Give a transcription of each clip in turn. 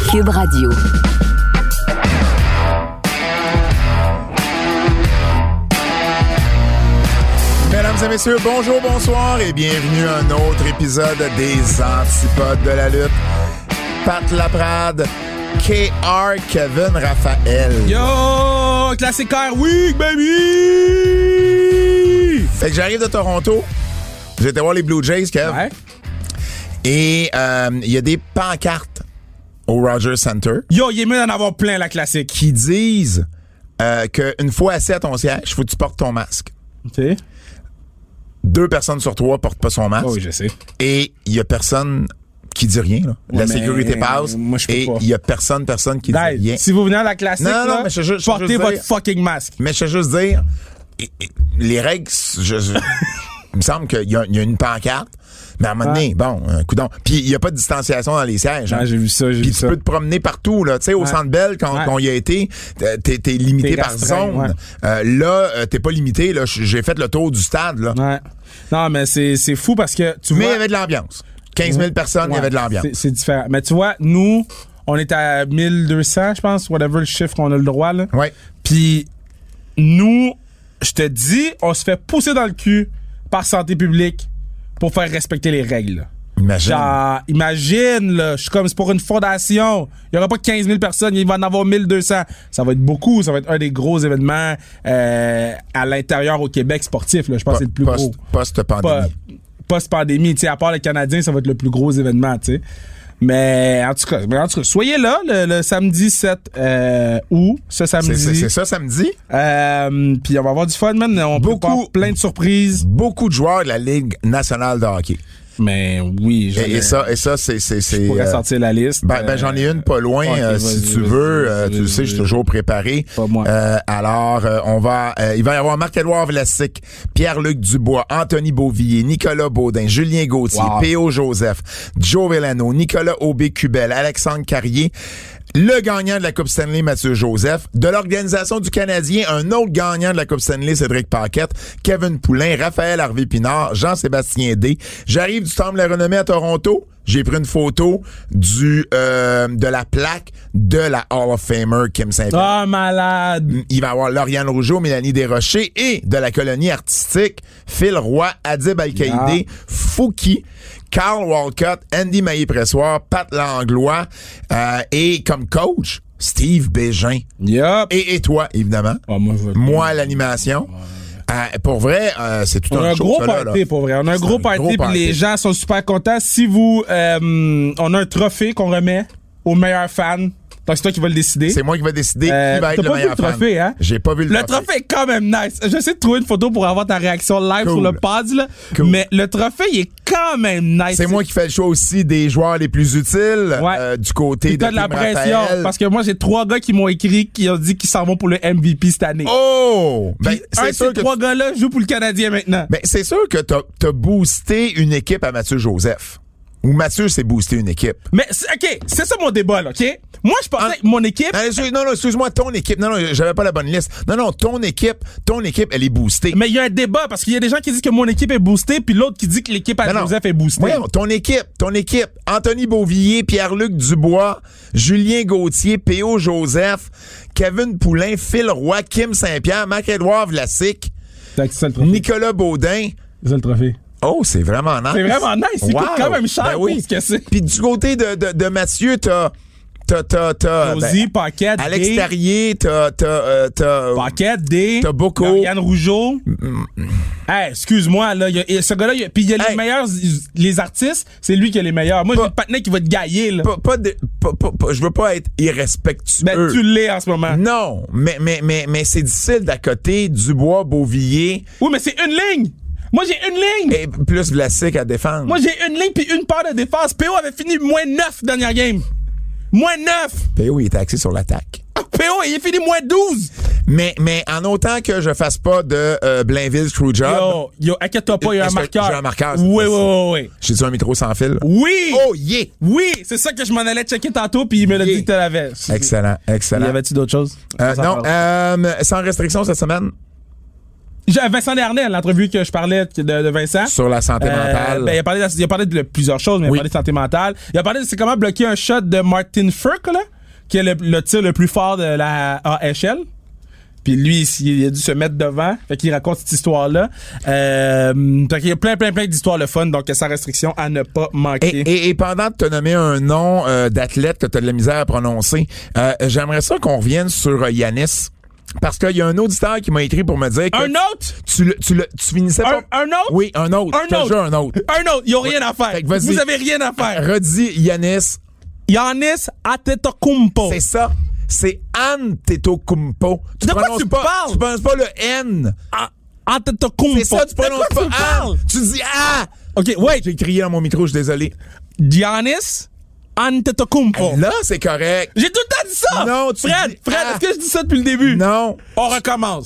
Cube Radio. Mesdames et messieurs, bonjour, bonsoir et bienvenue à un autre épisode des Antipodes de la lutte. Pat Laprade, KR, Kevin Raphaël. Yo, Classic Air Week, baby! Fait que j'arrive de Toronto. J'ai été voir les Blue Jays, Kev. Ouais. Et il y a des pancartes au Rogers Center Yo, il est mieux d'en avoir plein, la classique. qui disent qu'une fois assis à ton siège, faut que tu portes ton masque. OK. 2 personnes sur 3 portent pas son masque. Oh oui, je sais. Et il y a personne qui dit rien. Là. Ouais, la mais sécurité passe moi, je peux et pas. il y a personne qui dit Guys, rien. si vous venez à la classique, Non, là, mais je portez juste votre dire- fucking masque. Mais je veux juste dire, les règles, il me semble qu'il y a une pancarte, mais à un moment donné, bon, coudonc. Puis il n'y a pas de distanciation dans les sièges. Ah, j'ai vu ça, j'ai Puis vu tu ça. peux te promener partout, là. Tu sais, au Centre Bell, quand on y a été, t'es limité T'es par restreint, zone. Là, t'es pas limité, là. J'ai fait le tour du stade, là. Ouais. Non, mais c'est fou parce que tu Mais il vois. y avait de l'ambiance. 15 000 personnes, il y avait de l'ambiance. C'est différent. Mais tu vois, nous, on est à 1200, je pense, whatever le chiffre qu'on a le droit, là. Ouais. Puis, nous, je te dis, on se fait pousser dans le cul par santé publique pour faire respecter les règles, là. Imagine. Genre, imagine, là, je suis comme, c'est pour une fondation. Il n'y aura pas 15 000 personnes, il va en avoir 1200. Ça va être beaucoup, ça va être un des gros événements à l'intérieur au Québec sportif, là. Je pense que c'est le plus gros. Post-pandémie. Post-pandémie, tu sais, à part les Canadiens, ça va être le plus gros événement, tu sais. Mais en tout cas, soyez là le samedi 7 août, ce samedi. C'est ça, samedi. Puis on va avoir du fun, man. On peut avoir plein de surprises. Beaucoup de joueurs de la Ligue nationale de hockey. Mais oui, Et ça, c'est. je pourrais sortir la liste. J'en ai une pas loin, okay, si tu veux. Tu le sais, je suis toujours préparé. Pas moi. Alors, il va y avoir Marc-Édouard Vlasic, Pierre-Luc Dubois, Anthony Beauvillier, Nicolas Baudin, Julien Gauthier, P.O. Joseph, Joe Villano, Nicolas Aubé-Cubel, Alexandre Carrier, le gagnant de la Coupe Stanley, Mathieu Joseph, de l'Organisation du Canadien, un autre gagnant de la Coupe Stanley, Cédric Paquette, Kevin Poulin, Raphaël Harvey-Pinard, Jean-Sébastien D. J'arrive du Temple de la Renommée à Toronto. J'ai pris une photo de la plaque de la Hall of Famer Kim Saint-Pierre. Oh, malade! Il va y avoir Lauriane Rougeau, Mélanie Desrochers et de la colonie artistique, Phil Roy, Adib Al-Qaïdé, Fouki, Carl Walcott, Andy Maillé-Pressoir, Pat Langlois et comme coach, Steve Bégin. Yup! Et toi, évidemment. Oh, moi à l'animation. Pour vrai, c'est tout on a un un show, gros ça, là. party, pour vrai. On a un gros party, puis les gens sont super contents. Si vous... on a un trophée qu'on remet aux meilleurs fans. Donc, c'est toi qui vas le décider. C'est moi qui vais décider qui va être le meilleur fan. T'as pas vu le trophée, hein? J'ai pas vu le trophée. Le trophée est quand même nice. J'essaie de trouver une photo pour avoir ta réaction live Cool. sur le pod, là. Cool. Mais le trophée, il est quand même nice. C'est moi qui fais le choix aussi des joueurs les plus utiles du côté Puis de t'as de la Kim pression. Raphaël. Parce que moi, j'ai 3 gars qui m'ont écrit qui ont dit qu'ils s'en vont pour le MVP cette année. Oh! Ben, Puis un c'est de sûr ces que 3 gars-là joue pour le Canadien maintenant. ben, c'est sûr que t'as boosté une équipe à Mathieu Joseph. Ou Mathieu s'est boosté une équipe. Mais, OK, c'est ça mon débat, là, OK? Moi, je pensais que mon équipe... Non, excuse-moi, ton équipe. Non, j'avais pas la bonne liste. Non, ton équipe, elle est boostée. Mais il y a un débat, parce qu'il y a des gens qui disent que mon équipe est boostée, puis l'autre qui dit que l'équipe à Joseph est boostée. Voyons, ton équipe. Anthony Beauvillier, Pierre-Luc Dubois, Julien Gauthier, P.O. Joseph, Kevin Poulin, Phil Roy, Kim Saint-Pierre, Marc-Édouard Vlasic, Nicolas Baudin. C'est ça le trophée. Oh, c'est vraiment nice. C'est vraiment nice. Il coûte quand même cher oui. pour ce que c'est. Puis du côté de Mathieu, t'as Josie, Paquette, Alex D. Terrier, t'as Paquette, D. T'as Bocco. Lauriane Rougeau. Hey, excuse-moi, là. Ce gars-là, puis il y a les meilleurs, les artistes, c'est lui qui a les meilleurs. Moi, j'ai le patinet qui va te gailler, là. Je veux pas être irrespectueux. Ben, tu l'es en ce moment. Non, mais c'est difficile d'accoter Dubois, Beauvillier. Oui, mais c'est une ligne. Moi, j'ai une ligne. Et plus Vlasic à défendre. Moi, j'ai une ligne puis une paire de défense. PO avait fini moins 9 dernière game. Moins 9. PO, il était axé sur l'attaque. PO, il est fini moins 12. Mais en autant que je fasse pas de Blainville Screwjob. Yo, inquiète-toi pas, il y a un marqueur. J'ai un marqueur. Oui. J'ai-tu un micro sans fil? Oui. Oh, yeah! Oui, c'est ça que je m'en allais checker tantôt, puis il me l'a dit que tu l'avais. Excellent. Y avait-tu d'autres choses? Non, sans restriction cette semaine? Vincent Dernay, l'entrevue que je parlais de Vincent. Sur la santé mentale. Ben, il a parlé de plusieurs choses, mais il a parlé de santé mentale. Il a parlé de c'est comment bloquer un shot de Martin Furk, là, qui est le tir le plus fort de la AHL. Puis lui, il a dû se mettre devant. Fait qu'il raconte cette histoire-là. Fait qu'il y a plein d'histoires le fun. Donc, sans restriction à ne pas manquer. Et pendant de te nommer un nom d'athlète que tu as de la misère à prononcer, j'aimerais ça qu'on revienne sur Giannis. Parce qu'il y a un auditeur qui m'a écrit pour me dire que... Un autre? Tu finissais pas... Un autre? Oui, un autre. Un autre. Ils ont rien à faire. Vous avez rien à faire. Redis Giannis. Giannis Antetokounmpo. C'est ça. C'est Antetokounmpo. De quoi tu parles? Tu prononces pas le N. Antetokounmpo. C'est ça, tu prononces pas An. Tu dis A. OK, wait. J'ai crié dans mon micro, je suis désolé. Giannis Antetokounmpo. Là, c'est correct. J'ai tout le temps dit ça. Non, tu Fred, dis est-ce que je dis ça depuis le début? Non. On recommence.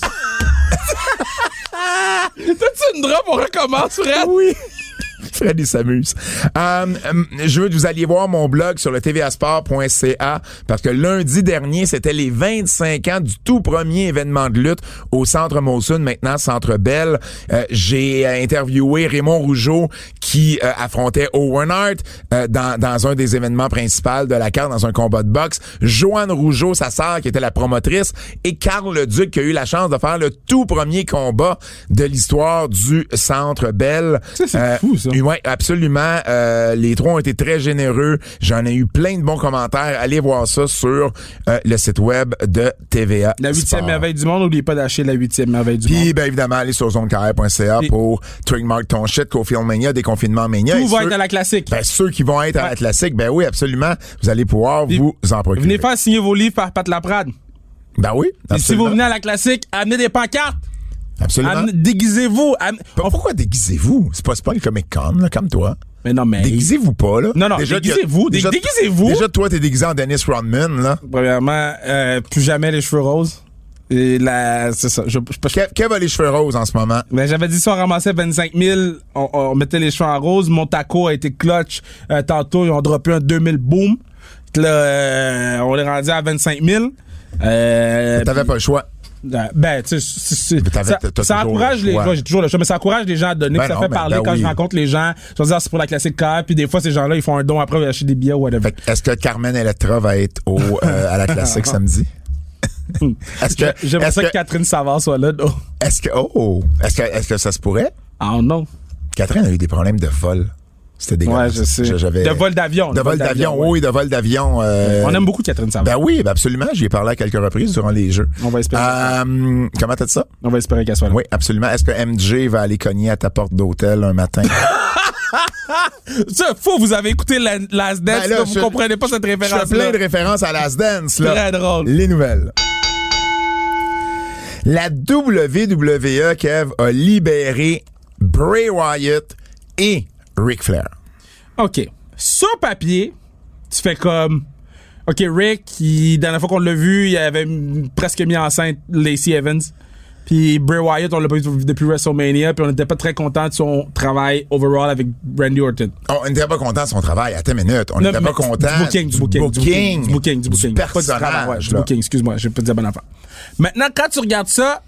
T'as-tu une drop? On recommence, Fred? Oui. Fred, il s'amuse. Je veux que vous alliez voir mon blog sur le tvasport.ca parce que lundi dernier, c'était les 25 ans du tout premier événement de lutte au Centre Molson, maintenant Centre Bell. J'ai interviewé Raymond Rougeau qui affrontait Owen Hart dans un des événements principaux de la carte, dans un combat de boxe. Joanne Rougeau, sa sœur, qui était la promotrice, et Carl Leduc, qui a eu la chance de faire le tout premier combat de l'histoire du Centre Bell. Ça, c'est fou, ça. Oui, absolument. Les trois ont été très généreux. J'en ai eu plein de bons commentaires. Allez voir ça sur le site web de TVA. La 8e merveille du monde. N'oubliez pas d'acheter la 8e merveille du monde. Puis, bien évidemment, allez sur zonecarrière.ca pour Trademark ton shit, Cofield Mania, Déconfinement Mania. Tout va être à la classique. Ben, ceux qui vont être à la classique, ben oui, absolument. Vous allez pouvoir vous en procurer. Venez faire signer vos livres par Pat Laprade. Ben oui, absolument. Et si vous venez à la classique, amenez des pancartes. Absolument. Déguisez-vous. Pourquoi déguisez-vous? C'est pas le Comic-Con, là, comme toi. Mais non, mais... Déguisez-vous pas, là. Non, déguisez-vous. Déguisez-vous. Déjà, toi, t'es déguisé en Dennis Rodman, là. Premièrement, plus jamais les cheveux roses. Et là, c'est ça. Kev a les cheveux roses en ce moment. Ben, j'avais dit si on ramassait 25 000, on mettait les cheveux en rose. Mon taco a été clutch. Tantôt, ils ont droppé un 2000 boom. Là, on est rendu à 25 000. T'avais pas le choix. Ben, tu sais, ça encourage les gens, j'ai toujours le choix, mais ça encourage les gens à donner, ça fait parler quand je rencontre les gens. Je veux dire, c'est pour la classique car, puis des fois, ces gens-là, ils font un don après, ils achètent des billets ou whatever. Est-ce que Carmen Electra va être à la classique samedi? J'aimerais ça que Catherine Savard soit là. Est-ce que ça se pourrait? Ah non. Catherine a eu des problèmes de vol. C'était dégueulasse. Ouais, je sais. De vol d'avion. De vol d'avion, oui, de vol d'avion. On aime beaucoup Catherine Savard. Ben oui, absolument. J'y ai parlé à quelques reprises durant les Jeux. On va espérer. Comment t'as dit ça? On va espérer qu'elle soit là. Oui, absolument. Est-ce que MJ va aller cogner à ta porte d'hôtel un matin? C'est faux, vous avez écouté Last Dance, là, vous comprenez pas cette référence-là. Je fais plein de références à Last Dance, là. Très drôle. Les nouvelles. La WWE, Kev, a libéré Bray Wyatt et Ric Flair. OK. Sur papier, tu fais comme... OK, Rick, dernière fois qu'on l'a vu, il avait presque mis enceinte Lacey Evans. Puis Bray Wyatt, on l'a pas vu depuis WrestleMania, puis on n'était pas très content de son travail overall avec Randy Orton. On n'était pas content de son travail, attends une minute. On n'était pas content du booking. Du personnage. Du booking, excuse-moi, j'ai pas dit la bonne affaire. Maintenant, quand tu regardes ça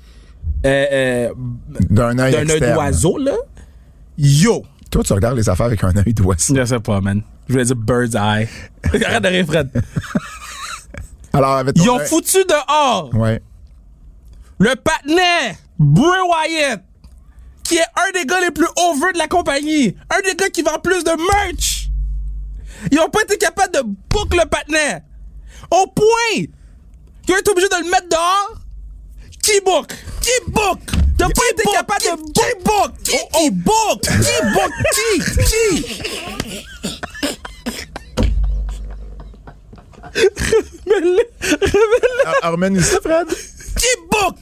d'un œil d'oiseau, là, yo! Toi, tu regardes les affaires avec un œil d'oiseau. Je sais pas, man. Je voulais dire bird's eye. Arrête de rire, Fred. Alors, avec ils ont foutu dehors. Ouais. Le patinet, Bray Wyatt, qui est un des gars les plus over de la compagnie. Un des gars qui vend plus de merch. Ils ont pas été capables de book le patinet. Au point qu'ils ont été obligés de le mettre dehors. Qui book? T'as pas été capable de book? Qui book? Remets-nous ça, Fred. Qui book?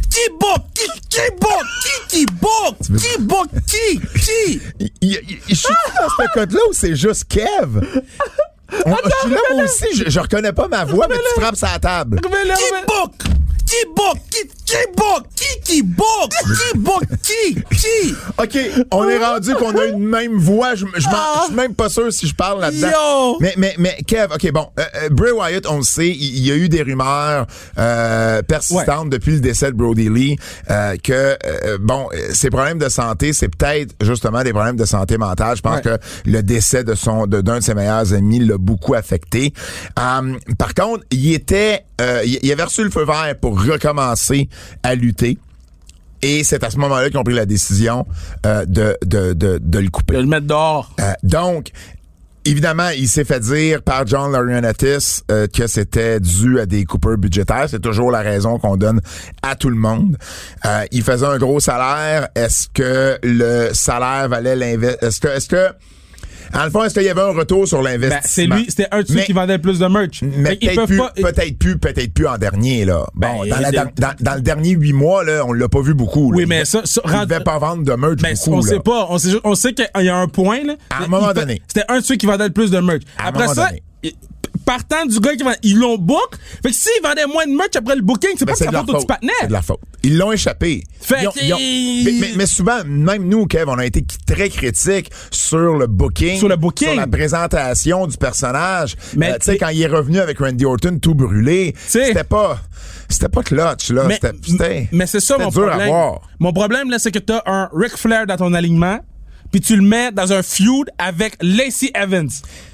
Je suis dans ce code-là où c'est juste Kev? Je suis là, moi aussi, je reconnais pas ma voix, mais tu frappes sur la table. Qui book? Qui book? Qui? OK, on est rendu qu'on a une même voix. Je suis même pas sûr si je parle là-dedans. Yo! Mais Kev, OK, bon, Bray Wyatt, on le sait, il y a eu des rumeurs persistantes depuis le décès de Brody Lee que, ses problèmes de santé, c'est peut-être justement des problèmes de santé mentale. Je pense que le décès d'un de ses meilleurs amis l'a beaucoup affecté. Par contre, il avait reçu le feu vert pour recommencer à lutter. Et c'est à ce moment-là qu'ils ont pris la décision de le couper. De le mettre dehors. Donc, évidemment, il s'est fait dire par John Laurinaitis que c'était dû à des coupures budgétaires. C'est toujours la raison qu'on donne à tout le monde. Il faisait un gros salaire. Est-ce que le salaire valait l'investissement? Est-ce que en le fond, est-ce qu'il y avait un retour sur l'investissement? C'était un de ceux qui vendait le plus de merch. Mais peut-être plus en dernier, là. Bon, dans le dernier 8 mois, là, on l'a pas vu beaucoup. Oui, là. mais ça il devait pas vendre de merch beaucoup. On sait pas. On sait qu'il y a un point, là. À un moment donné. C'était un de ceux qui vendait le plus de merch. Après ça, partant du gars qui vend, ils l'ont book. Fait que s'ils vendaient moins de merch après le booking, c'est pas que ça faute du partenaire. C'est de la faute. Ils l'ont échappé. Mais souvent, même nous, Kev, on a été très critiques sur le booking. Sur la présentation du personnage. Tu sais, quand il est revenu avec Randy Orton tout brûlé, c'était pas clutch, là. Mais c'est ça mon problème. Mon problème, là, c'est que t'as un Ric Flair dans ton alignement, puis tu le mets dans un feud avec Lacey Evans.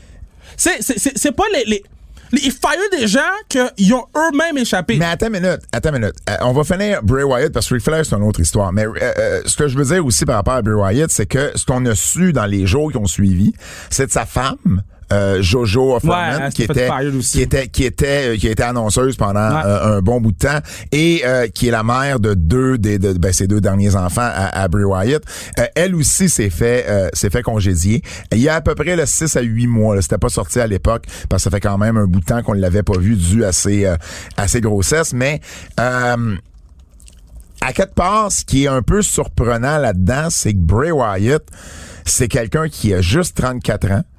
C'est pas ils fire des gens qu'ils ont eux-mêmes échappé. Mais attends une minute. On va finir Bray Wyatt parce que Ric Flair, c'est une autre histoire. Mais ce que je veux dire aussi par rapport à Bray Wyatt, c'est que ce qu'on a su dans les jours qui ont suivi, c'est de sa femme, Jojo Offerman, qui était annonceuse pendant un bon bout de temps et qui est la mère de ses deux derniers enfants à Bray Wyatt. Elle aussi s'est fait congédier. Il y a à peu près 6 à 8 mois. Là, c'était pas sorti à l'époque parce que ça fait quand même un bout de temps qu'on ne l'avait pas vu dû à ses grossesses. Mais à quelque part, ce qui est un peu surprenant là-dedans, c'est que Bray Wyatt, c'est quelqu'un qui a juste 34 ans.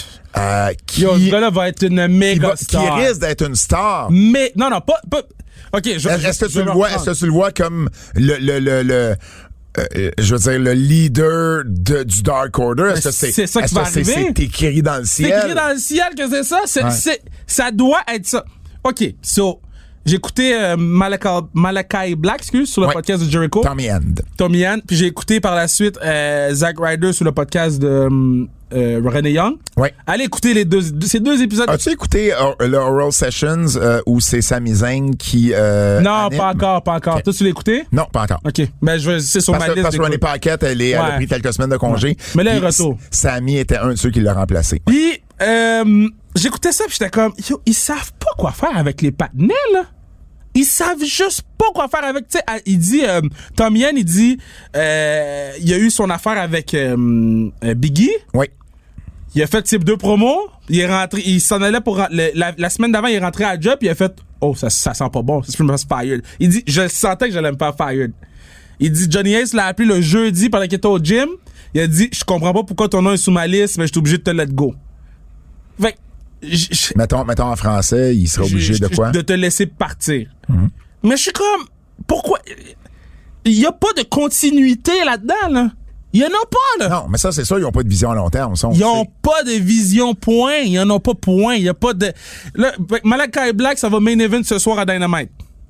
Ce gars-là va être une méga star. Qui risque d'être une star. Mais, non, pas. OK, est-ce que tu le vois comme je veux dire, le leader du Dark Order? Est-ce que c'est ça qui va arriver? C'est écrit dans le ciel? C'est écrit dans le ciel que c'est ça? Ça doit être ça. OK, j'ai écouté Malachi Black, sur le podcast de Jericho. Tommy End. Puis j'ai écouté par la suite Zack Ryder sur le podcast de Renee Young. Oui. Allez écouter ces deux épisodes. As-tu écouté le Oral Sessions où c'est Sami Zayn qui non, anime? pas encore. Okay. Toi, tu l'as écouté? Non, pas encore. OK. Ben, c'est sur ma liste. Parce que Ronnie Paquette, elle a pris quelques semaines de congé. Ouais. Mais là, elle retourne. Sami était un de ceux qui l'a remplacé. Puis, j'écoutais ça, puis j'étais comme, ils savent pas quoi faire avec les partenaires, là. Ils savent juste pas quoi faire avec, tu sais, il dit, Tommy Yen, il dit, il a eu son affaire avec Biggie. Oui. Il a fait type 2 promos, il est rentré, il s'en allait pour, la semaine d'avant, il est rentré à la job, il a fait, ça sent pas bon, c'est plus fired. Il dit, je sentais que j'allais me faire fired. Il dit, Johnny Ace l'a appelé le jeudi pendant qu'il était au gym, il a dit, je comprends pas pourquoi ton nom est sous ma liste, mais je suis obligé de te let go. Fait mettons en français, il serait obligé de quoi? De te laisser partir. Mm-hmm. Mais je suis comme, pourquoi? Il y a pas de continuité là-dedans, là. Il y en a pas, là. Non, mais ça, c'est ça, ils ont pas de vision à long terme. Ça, ils ont pas de vision, point. Il y en a pas, point. Il y a pas de... Là, Malachi Black, ça va main event ce soir à Dynamite.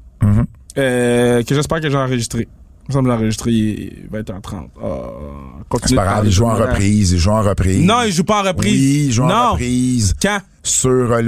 Mm-hmm. Que j'espère que j'ai enregistré. Il me semble l'enregistrer, il va être en 30. C'est pas grave, il joue en reprise. Non, il joue pas en reprise. Oui, il joue en reprise. Quand? Sur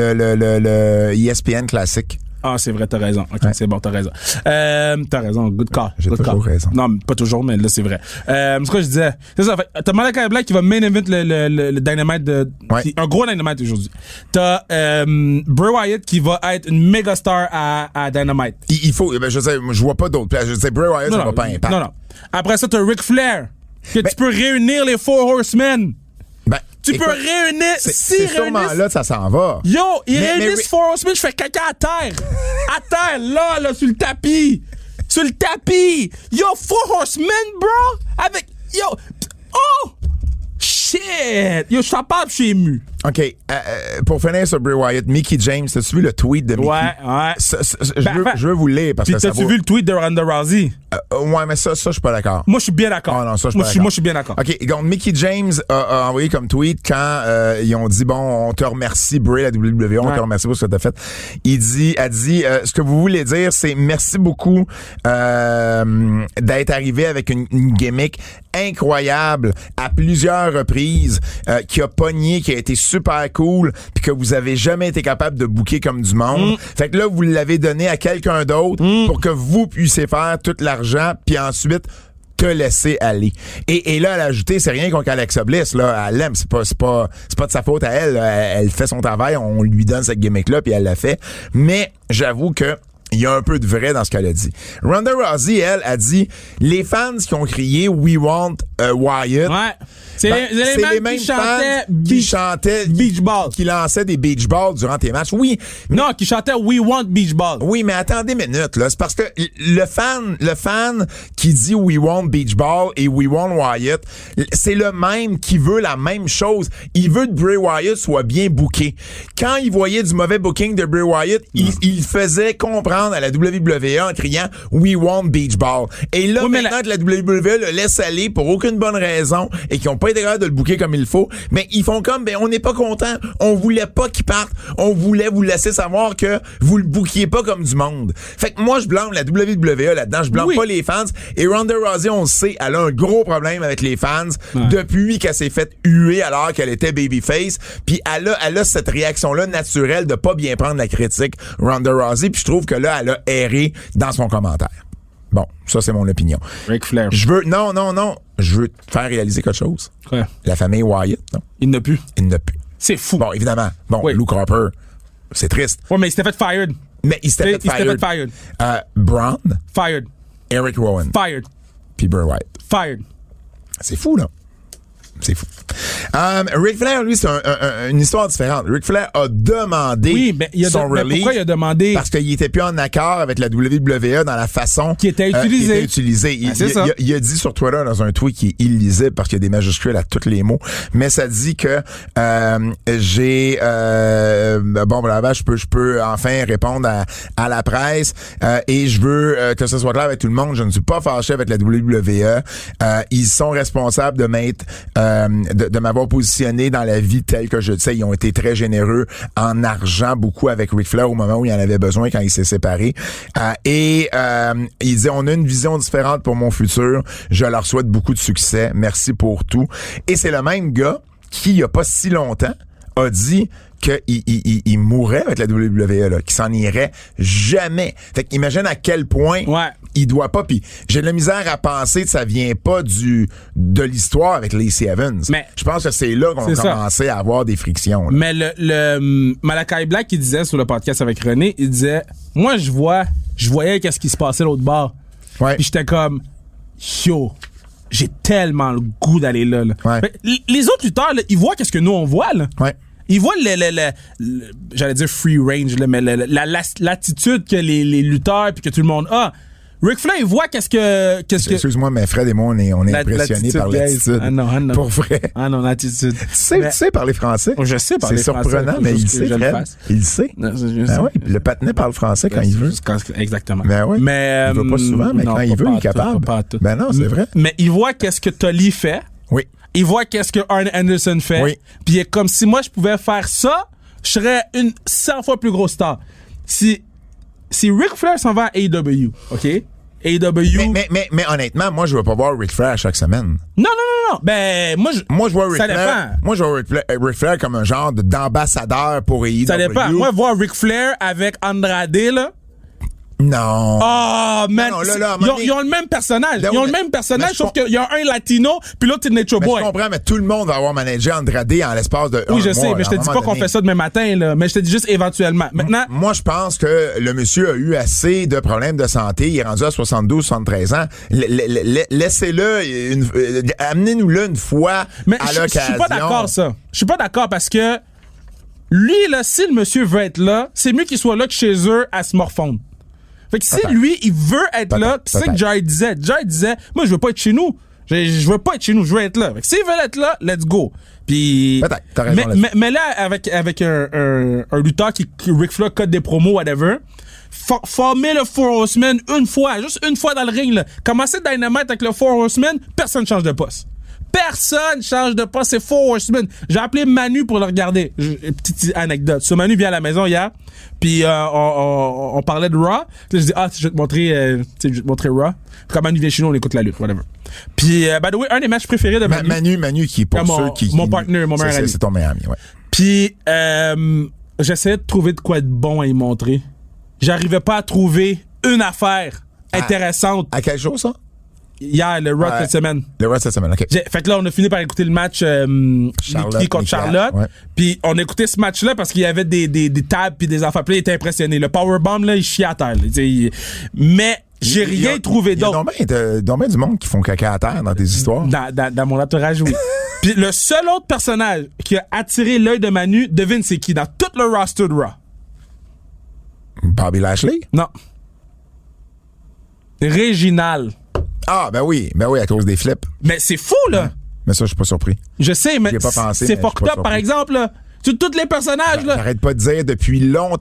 le ESPN classique. Ah, c'est vrai, t'as raison. OK, ouais. C'est bon, t'as raison. T'as raison, good call. J'ai toujours raison. Non, pas toujours, mais là, c'est vrai. C'est ce que je disais. C'est ça, fait, t'as Malachi Black qui va main event le Dynamite un gros Dynamite aujourd'hui. T'as Bray Wyatt qui va être une méga star à Dynamite. Il faut, je vois pas d'autres places. Je sais, Bray Wyatt, ça va pas Impact. Non. Après ça, t'as Ric Flair. Tu peux réunir les Four Horsemen. Tu peux réunir... C'est sûrement là que ça s'en va. Yo, ils réunissent Four Horsemen, je fais caca à terre. À terre, là, sur le tapis. Sur le tapis. Yo, Four Horsemen, bro. Avec... Yo... Oh! Shit! Yo, je t'en parle, je suis ému. OK. Pour finir sur Bray Wyatt, Mickie James, t'as-tu vu le tweet de Mickie? Ouais. Je veux vous le lire parce que ça t'as-tu vu le tweet de Ronda Rousey? Ouais, mais ça, je suis pas d'accord. Moi, je suis bien d'accord. Ah non, ça, je suis pas d'accord. Moi, je suis bien d'accord. OK, donc Mickie James a envoyé comme tweet quand ils ont dit, bon, on te remercie, Bray, la WWE, on te remercie pour ce que t'as fait. A dit, ce que vous voulez dire, c'est merci beaucoup d'être arrivé avec une gimmick incroyable à plusieurs reprises, qui a pogné, qui a été super cool, puis que vous avez jamais été capable de booker comme du monde. Fait que là, vous l'avez donné à quelqu'un d'autre pour que vous puissiez faire tout l'argent, puis ensuite te laisser aller. Et là, elle a ajouté, c'est rien contre Alexa Bliss, là, elle l'aime, c'est pas de sa faute à elle, elle fait son travail, on lui donne cette gimmick-là, puis elle l'a fait. Mais j'avoue que il y a un peu de vrai dans ce qu'elle a dit. Ronda Rousey, elle, a dit, les fans qui ont crié We want Wyatt. Ouais. C'est les mêmes qui chantaient Beach Ball. Qui lançaient des beach balls durant tes matchs. Oui. Non, qui chantaient We want Beach Ball. Oui, mais attendez une minute, là. C'est parce que le fan qui dit We want Beach Ball et We want Wyatt, c'est le même qui veut la même chose. Il veut que Bray Wyatt soit bien booké. Quand il voyait du mauvais booking de Bray Wyatt, il faisait comprendre à la WWE en criant We want Beach Ball. Et là, maintenant que la WWE le laisse aller pour aucune bonne raison et qu'ils n'ont pas été capables de le booker comme il faut, mais ils font comme, on n'est pas content. On voulait pas qu'il parte. On voulait vous laisser savoir que vous le bookiez pas comme du monde. Fait que moi, je blâme la WWE là-dedans. Je blâme pas les fans. Et Ronda Rousey, on le sait, elle a un gros problème avec les fans depuis qu'elle s'est fait huer alors qu'elle était babyface. Puis elle a cette réaction-là naturelle de pas bien prendre la critique, Ronda Rousey. Puis je trouve que là, elle a erré dans son commentaire. Bon, ça, c'est mon opinion. Ric Flair. Non. Je veux te faire réaliser quelque chose. Ouais. La famille Wyatt, non? Il n'a plus. C'est fou. Bon, évidemment. Bon, oui. Luke Harper, c'est triste. Ouais, mais il s'était fait fired. Il s'était fait fired. Braun. Fired. Eric Rowan. Fired. Puis Bray Wyatt. Fired. C'est fou, là. C'est fou. Ric Flair, lui, c'est une histoire différente. Ric Flair a demandé son release. Pourquoi il a demandé? Parce qu'il était plus en accord avec la WWE dans la façon qui était utilisée. Il a dit sur Twitter dans un tweet qui est illisible parce qu'il y a des majuscules à tous les mots, mais ça dit que je peux enfin répondre à la presse et je veux que ce soit clair avec tout le monde. Je ne suis pas fâché avec la WWE. Ils sont responsables de m'être de m'avoir positionné dans la vie telle que je le sais. Ils ont été très généreux en argent, beaucoup avec Ric Flair au moment où il en avait besoin quand il s'est séparé. Il dit, on a une vision différente pour mon futur. Je leur souhaite beaucoup de succès. Merci pour tout. Et c'est le même gars qui, il y a pas si longtemps, a dit qu'il mourrait avec la WWE, là, qu'il s'en irait jamais. Fait qu'imagine à quel point il doit pas. Puis j'ai de la misère à penser que ça vient pas de l'histoire avec Lacey Evans. Mais je pense que c'est là qu'on a commencé à avoir des frictions. Là. Mais le Malachi Black, il disait sur le podcast avec René, il disait, moi je voyais qu'est-ce qui se passait l'autre bord. Puis j'étais comme, yo, j'ai tellement le goût d'aller là. Les autres lutteurs, là, ils voient qu'est-ce que nous on voit là. Ils voient j'allais dire free range, là, mais l'attitude que les lutteurs puis que tout le monde a. Ric Flair, il voit qu'est-ce que... Excuse-moi, mais Fred et moi, on est impressionnés par l'attitude. Ah non. Pour vrai. Ah non, l'attitude. Tu sais parler français. Je sais parler français. C'est surprenant, mais il sait, Fred. Il sait. Le patinet parle français quand il veut. Exactement. Ben oui. Mais, il veut pas souvent, mais quand il veut, il est capable. Ben non, c'est vrai. Mais il voit qu'est-ce que Tully fait. Oui. Il voit qu'est-ce que Arn Anderson fait. Oui. Puis il est comme, si moi je pouvais faire ça, je serais une 100 fois plus grosse star. Si Ric Flair s'en va à AEW, OK? AEW... Mais honnêtement, moi, je veux pas voir Ric Flair chaque semaine. Non. Ben, moi, je vois Ric Flair. Moi, je vois Ric Flair comme un genre d'ambassadeur pour AEW. Ça dépend. Moi, voir Ric Flair avec Andrade, là... Non. Oh, man. Ils ont le même personnage. Sauf qu'il y a un latino, puis l'autre, c'est Nature Boy. Je comprends, mais tout le monde va avoir managé Andrade en l'espace de. Oui, je sais, mais je te dis pas qu'on fait ça demain matin, là. Mais je te dis juste éventuellement. Maintenant. Moi, je pense que le monsieur a eu assez de problèmes de santé. Il est rendu à 72, 73 ans. Laissez-le, amenez-nous-le une fois à l'occasion. Je suis pas d'accord, ça. Je suis pas d'accord parce que lui, là, si le monsieur veut être là, c'est mieux qu'il soit là que chez eux à se morfondre. Fait que si lui, il veut être là, c'est ça que Jai disait. Jai disait, moi, je veux pas être chez nous. Je veux pas être chez nous, je veux être là. Fait que s'ils veulent être là, let's go. Puis peut-être, t'as raison mais là, avec un lutteur qui Ric Flair code des promos, whatever, former le Four Horsemen juste une fois dans le ring, là. Commencer Dynamite avec le Four Horsemen, personne change de poste. Personne change de poste, c'est Four Horsemen. J'ai appelé Manu pour le regarder. Petite anecdote. So, Manu vient à la maison hier, puis on parlait de Raw. Puis je dis, je vais te montrer Raw. Puis quand Manu vient chez nous, on écoute la lutte, whatever. Puis, by the way, un des matchs préférés de Manu. Manu qui est pour ceux qui... Mon partner, mon meilleur ami. C'est ton meilleur ami, ouais. Puis, j'essayais de trouver de quoi être bon à y montrer. J'arrivais pas à trouver une affaire intéressante. À quelle chose, ça? Hier, le Raw cette semaine. Le Raw cette semaine, OK. Fait que là, on a fini par écouter le match Nikki contre Charlotte. Ouais. Puis on a écouté ce match-là parce qu'il y avait des tables puis des affaires. Puis là, il était impressionné. Le powerbomb, là, il chiait à terre. Mais j'ai rien trouvé d'autre. Il y a donc bien du monde qui font caca à terre dans tes histoires. Dans mon entourage, oui. Puis le seul autre personnage qui a attiré l'œil de Manu, devine c'est qui dans tout le roster de Raw? Bobby Lashley? Non. Réginal. Ah, ben oui, à cause des flips. Mais c'est fou, là. Ouais. Mais ça, je suis pas surpris. Je sais, mais pas pensé, c'est fucked up, par exemple, là. Sur tous les personnages, là. J'arrête pas de dire depuis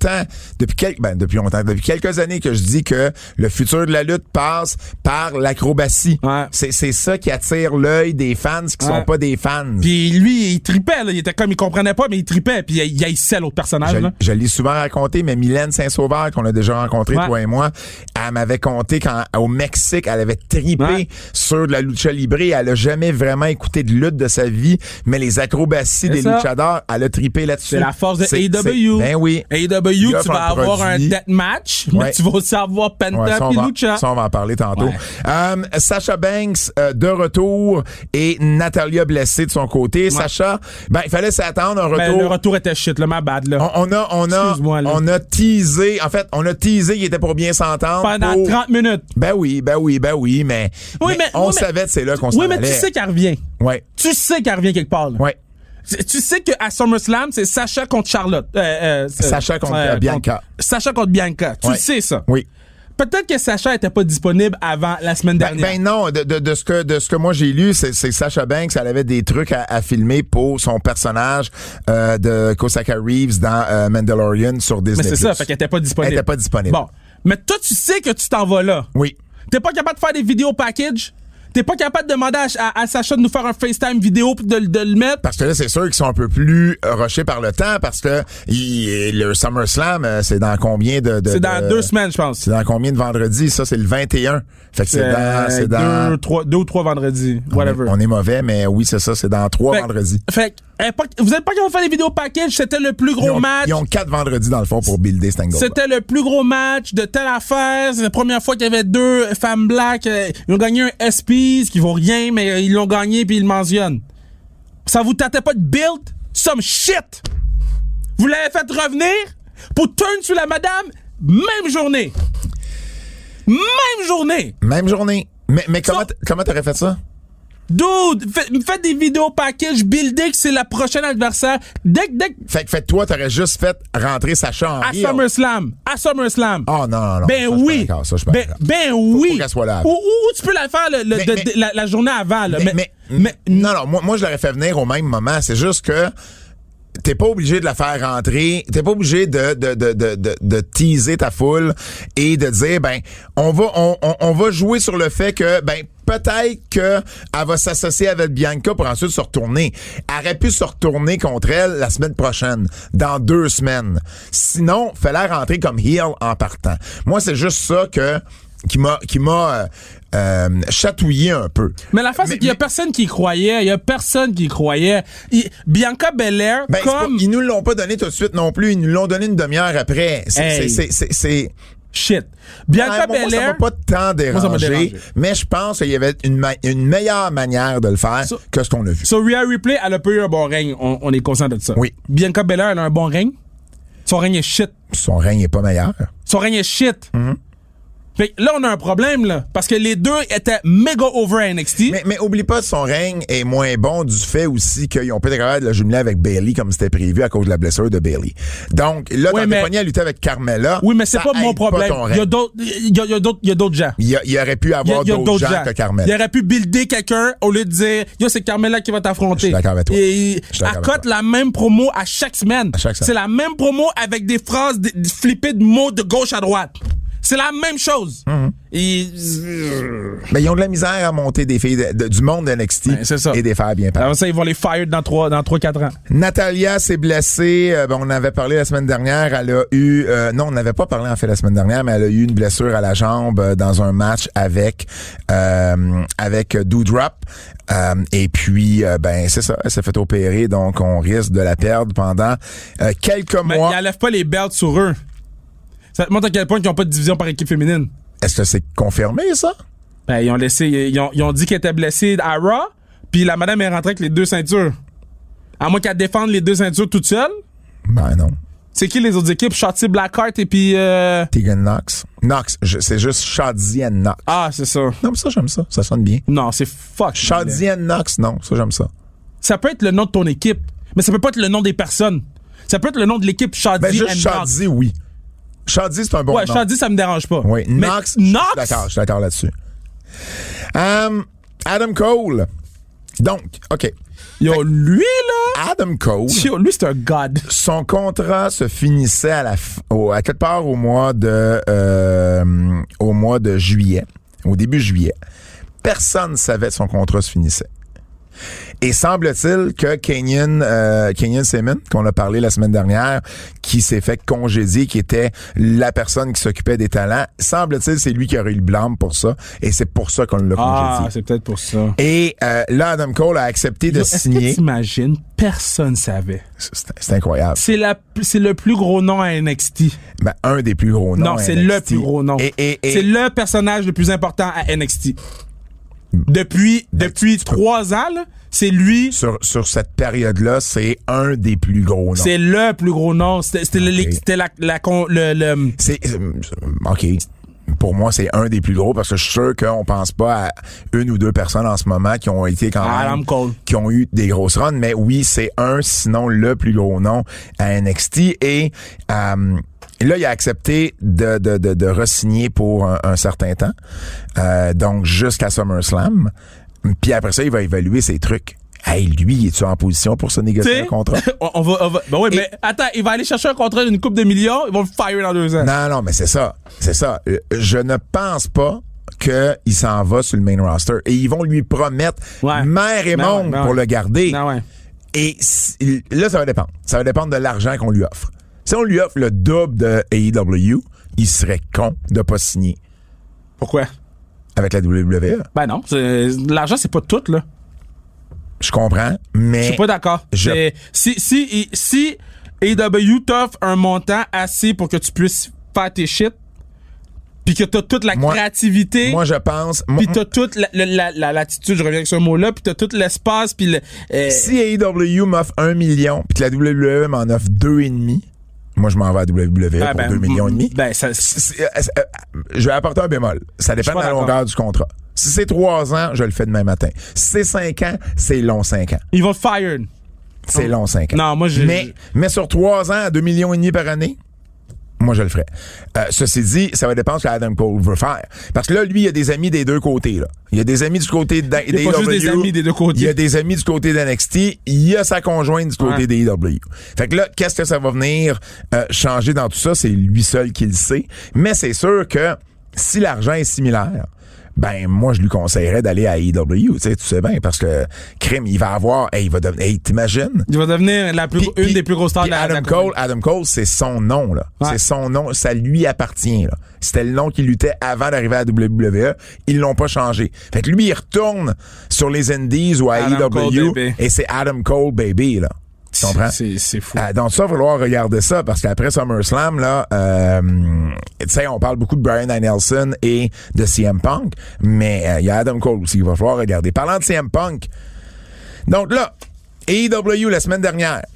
quelques années que je dis que le futur de la lutte passe par l'acrobatie. Ouais. C'est ça qui attire l'œil des fans qui sont pas des fans. Puis lui, il tripait, là. Il était comme, il comprenait pas, mais il tripait. Puis il haïssait l'autre personnage, là. Je l'ai souvent raconté, mais Mylène Saint-Sauveur, qu'on a déjà rencontré, toi et moi, elle m'avait conté au Mexique, elle avait tripé sur de la lucha libre. Elle a jamais vraiment écouté de lutte de sa vie, mais les acrobaties des luchadors, elle a tripé là-dessus. C'est la force de AEW. Ben oui. AEW, tu vas avoir un death match, mais tu vas aussi avoir Penta et Lucha. Ça, on va en parler tantôt. Sasha Banks, de retour, et Natalia blessée de son côté. Sasha, il fallait s'attendre un retour. Ben, le retour était shit, là, ma bad, là. On a teasé, qu'il était pour bien s'entendre. Pendant 30 minutes. Ben oui, mais on savait que c'est là qu'on s'en allait. Oui, mais tu sais qu'elle revient. Ouais. Tu sais qu'elle revient quelque part, là. Ouais. Tu sais qu'à SummerSlam, c'est Sasha contre Charlotte. Sasha contre Bianca. Sasha contre Bianca. Tu sais ça. Oui. Peut-être que Sasha était pas disponible avant la semaine dernière. Ben non, de ce que moi j'ai lu, c'est Sasha Banks, elle avait des trucs à filmer pour son personnage de Kosaka Reeves dans Mandalorian sur Disney+. Mais c'est ça, fait qu'elle était pas disponible. Elle était pas disponible. Bon, mais toi tu sais que tu t'en vas là. Oui. T'es pas capable de faire des vidéos package? T'es pas capable de demander à Sasha de nous faire un FaceTime vidéo pis de le mettre? Parce que là, c'est sûr qu'ils sont un peu plus rushés par le temps parce que le SummerSlam, c'est dans combien de c'est dans 2 semaines, je pense. C'est dans combien de vendredis? Ça, c'est le 21. Fait que c'est dans 2 ou 3 vendredis. Whatever. On est mauvais, mais oui, c'est ça. C'est dans 3 vendredis. Fait vous êtes pas capable de faire des vidéos package, c'était le plus gros match. Ils ont 4 vendredis dans le fond pour builder cet angle. C'était le plus gros match de telle affaire. C'est la première fois qu'il y avait 2 femmes black. Ils ont gagné un SPs qui vaut rien, mais ils l'ont gagné puis ils le mentionnent. Ça vous tâtait pas de build some shit? Vous l'avez fait revenir pour turn sur la madame même journée. Même journée. Mais comment t'aurais fait ça? Dude, faites des vidéos package, buildé que c'est la prochaine adversaire. Dès Fait que toi, t'aurais juste fait rentrer Sasha en à SummerSlam. Oh non. Ben oui. Ben oui. Faut qu'elle soit là. Ou tu peux la faire la journée avant, là. Mais non, moi je l'aurais fait venir au même moment. C'est juste que t'es pas obligé de la faire rentrer, t'es pas obligé de teaser ta foule et de dire on va jouer sur le fait que peut-être que elle va s'associer avec Bianca pour ensuite se retourner. Elle aurait pu se retourner contre elle la semaine prochaine, dans 2 semaines. Sinon, fallait rentrer comme heel en partant. Moi, c'est juste ça qui m'a chatouillé un peu. Mais la face, c'est qu'il y a personne qui y croyait. Bianca Belair, ils nous l'ont pas donné tout de suite non plus. Ils nous l'ont donné une demi-heure après. C'est shit. Bianca Belair. Ça m'a pas tant dérangé, mais je pense qu'il y avait une meilleure manière de le faire que ce qu'on a vu. So, Rhea Ripley, elle a pas eu un bon règne. On est conscient de ça. Oui. Bianca Belair, elle a un bon règne. Son règne est shit. Son règne est pas meilleur. Son règne est shit. Mm-hmm. Fait que là, on a un problème, là. Parce que les deux étaient méga over à NXT. Mais oublie pas, son règne est moins bon du fait aussi qu'ils ont peut-être capable de le jumeler avec Bayley comme c'était prévu à cause de la blessure de Bayley. Donc, là, t'es pogné à lutter avec Carmella. Oui, mais c'est pas mon problème. Il y a d'autres gens. Il y aurait pu avoir d'autres gens que Carmella. Il aurait pu builder quelqu'un au lieu de dire, yo, c'est Carmella qui va t'affronter. Je suis d'accord avec toi. Et elle cote la même promo à chaque semaine. C'est la même promo avec des phrases flippées de mots de gauche à droite. C'est la même chose. Mais ils ont de la misère à monter des filles du monde de NXT et des faire bien parler. Alors ça, ils vont les fire dans 3-4 ans. Natalia s'est blessée. On en avait parlé la semaine dernière. Elle a eu... non, on n'avait pas parlé en fait la semaine dernière, mais elle a eu une blessure à la jambe dans un match avec Doudrop. Et puis, c'est ça. Elle s'est fait opérer, donc on risque de la perdre pendant quelques mois. Ils enlèvent pas les belts sur eux. Ça te montre à quel point ils n'ont pas de division par équipe féminine. Est-ce que c'est confirmé, ça? Ils ont laissé... Ils ont dit qu'elle était blessée à Raw, puis la madame est rentrée avec les 2 ceintures. À moins qu'elle défende les 2 ceintures toute seule. Ben non. C'est qui les autres équipes? Shotzi Blackheart et puis... Tegan Knox. C'est juste Shotzi and Knox. Ah, c'est ça. Non, mais ça, j'aime ça. Ça sonne bien. Non, c'est fuck. Shotzi and Knox, non. Ça, j'aime ça. Ça peut être le nom de ton équipe, mais ça peut pas être le nom des personnes. Ça peut être le nom de l'équipe Shotzi and Knox. Shotzi, oui. Shotzi, c'est un bon nom. Ouais, Shotzi, ça me dérange pas. Oui, Knox, je suis d'accord là-dessus. Adam Cole. Donc, OK. Yo, lui, là... Adam Cole... Yo, lui, c'est un god. Son contrat se finissait à quelque part au mois de juillet. Au début juillet. Personne ne savait que son contrat se finissait. Et semble-t-il que Kenyon Seaman, qu'on a parlé la semaine dernière, qui s'est fait congédier, qui était la personne qui s'occupait des talents, semble-t-il c'est lui qui aurait eu le blâme pour ça, et c'est pour ça qu'on l'a congédié. Ah, c'est peut-être pour ça. Et là, Adam Cole a accepté de signer. Est-ce que t'imagines? Personne savait. C'est incroyable. C'est le plus gros nom à NXT. Ben, un des plus gros noms. Non, c'est le plus gros nom. Et c'est le personnage le plus important à NXT. Depuis 3 ans, là, c'est lui. Sur cette période-là, c'est un des plus gros noms. C'est le plus gros nom. C'était OK. Pour moi, c'est un des plus gros parce que je suis sûr qu'on pense pas à 1 ou 2 personnes en ce moment qui ont été quand même... Adam Cole. Qui ont eu des grosses runs. Mais oui, c'est sinon le plus gros nom à NXT. Et... là, il a accepté de re-signer pour un certain temps. Donc, jusqu'à SummerSlam. Puis après ça, il va évaluer ses trucs. Hey, lui, es-tu en position pour se négocier un contrat? on va. Ben oui, mais attends, il va aller chercher un contrat d'une coupe de millions, ils vont le fire dans 2 ans. Non, mais c'est ça. C'est ça. Je ne pense pas qu'il s'en va sur le main roster. Et ils vont lui promettre mer et monde pour le garder. Et là, ça va dépendre. Ça va dépendre de l'argent qu'on lui offre. Si on lui offre le double de AEW, il serait con de pas signer. Pourquoi? Avec la WWE. Ben non, l'argent, c'est pas tout, là. Je comprends, mais... Je suis pas d'accord. Si AEW t'offre un montant assez pour que tu puisses faire tes shit, puis que t'as toute la créativité... Moi, je pense... Puis t'as toute la latitude, je reviens avec ce mot-là, puis t'as tout l'espace, puis Si AEW m'offre 1 million, puis que la WWE m'en offre 2,5... Moi, je m'en vais à WWE pour 2,5 millions. Je vais apporter un bémol. Ça dépend de la longueur du contrat. Si c'est 3 ans, je le fais demain matin. Si c'est 5 ans, c'est long 5 ans. Ils vont te fire. C'est long 5 ans. Non, moi, mais sur 3 ans, à 2,5 millions par année, moi, je le ferais. Ceci dit, ça va dépendre de ce qu'Adam Cole veut faire. Parce que là, lui, il y a des amis des deux côtés. Là. Il y a des amis du côté de il y a pas juste des amis des deux côtés. Il y a des amis du côté d'NXT. Il y a sa conjointe du côté des AEW. Fait que là, qu'est-ce que ça va venir changer dans tout ça? C'est lui seul qui le sait. Mais c'est sûr que si l'argent est similaire, ben moi je lui conseillerais d'aller à AEW, tu sais bien, parce que crime, il va avoir, il va devenir, t'imagines? Il va devenir une des plus grosses stars de la Adam Cole, c'est son nom là, c'est son nom, ça lui appartient là. C'était le nom qu'il luttait avant d'arriver à la WWE, ils l'ont pas changé. Fait que lui il retourne sur les Indies ou à AEW et c'est Adam Cole baby là. Tu comprends? C'est fou. Donc ça, il va falloir regarder ça parce qu'après SummerSlam, là, tu sais, on parle beaucoup de Bryan Danielson et de CM Punk, mais il y a Adam Cole aussi qu'il va falloir regarder. Parlant de CM Punk, donc là, AEW la semaine dernière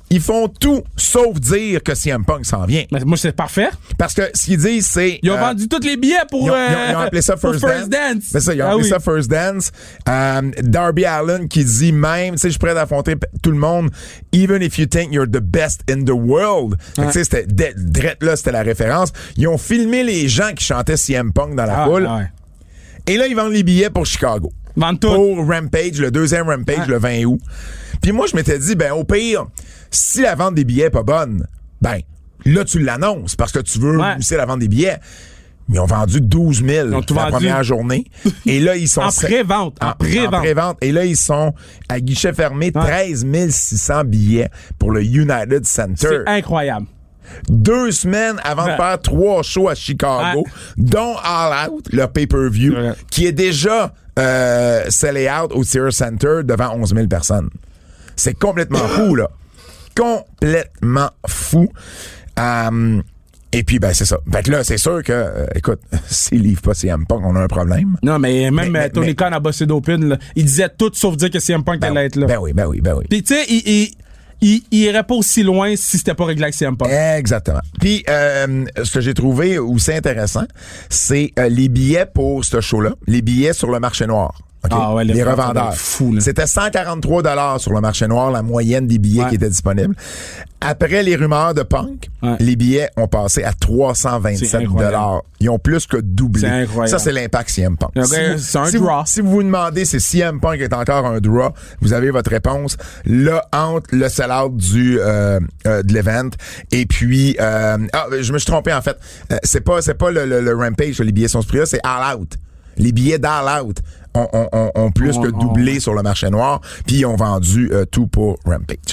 Ils font tout sauf dire que CM Punk s'en vient. Mais moi, c'est parfait. Parce que ce qu'ils disent, c'est... Ils ont vendu tous les billets pour... Ils ont appelé ça First Dance. C'est ça, ils ont appelé ça First Dance. Darby Allin qui dit même, tu sais, je suis prêt à affronter tout le monde, even if you think you're the best in the world. Tu sais, c'était drette là, c'était la référence. Ils ont filmé les gens qui chantaient CM Punk dans la foule. Ouais. Et là, ils vendent les billets pour Chicago. Pour Rampage, le deuxième Rampage, le 20 août. Puis moi, je m'étais dit, ben au pire, si la vente des billets est pas bonne, ben là, tu l'annonces parce que tu veux pousser la vente des billets. Mais ils ont vendu 12 000 la première journée. Et là, ils sont... en pré-vente. En pré-vente. Et là, ils sont à guichet fermé, 13 600 billets pour le United Center. C'est incroyable. 2 semaines avant de faire 3 shows à Chicago, dont All Out, le pay-per-view, qui est déjà sellé out au Sears Center devant 11 000 personnes. C'est complètement fou, là. Complètement fou. Et puis, ben, c'est ça. Fait que là, c'est sûr que, écoute, s'ils livrent pas CM Punk, on a un problème. Non, mais même Tony Khan a bossé d'Open, il disait tout sauf dire que CM Punk allait être là. Ben oui. Puis, tu sais, il irait pas aussi loin si c'était pas réglé avec CM Punk. Exactement. Puis, ce que j'ai trouvé aussi intéressant, c'est les billets pour ce show-là, les billets sur le marché noir. Okay? Ah ouais, les revendeurs. Fou, c'était 143 sur le marché noir, la moyenne des billets qui étaient disponibles. Après les rumeurs de Punk, les billets ont passé à 327 $. Ils ont plus que doublé. C'est incroyable. Ça, c'est l'impact CM Punk. C'est un draw. Si vous vous demandez si CM Punk est encore un draw, vous avez votre réponse. Là, entre le sell-out de l'event et puis... je me suis trompé, en fait. C'est pas le Rampage, les billets sont ce prix-là, c'est All Out. Les billets d'All Out ont plus que doublé sur le marché noir, puis ils ont vendu tout pour Rampage.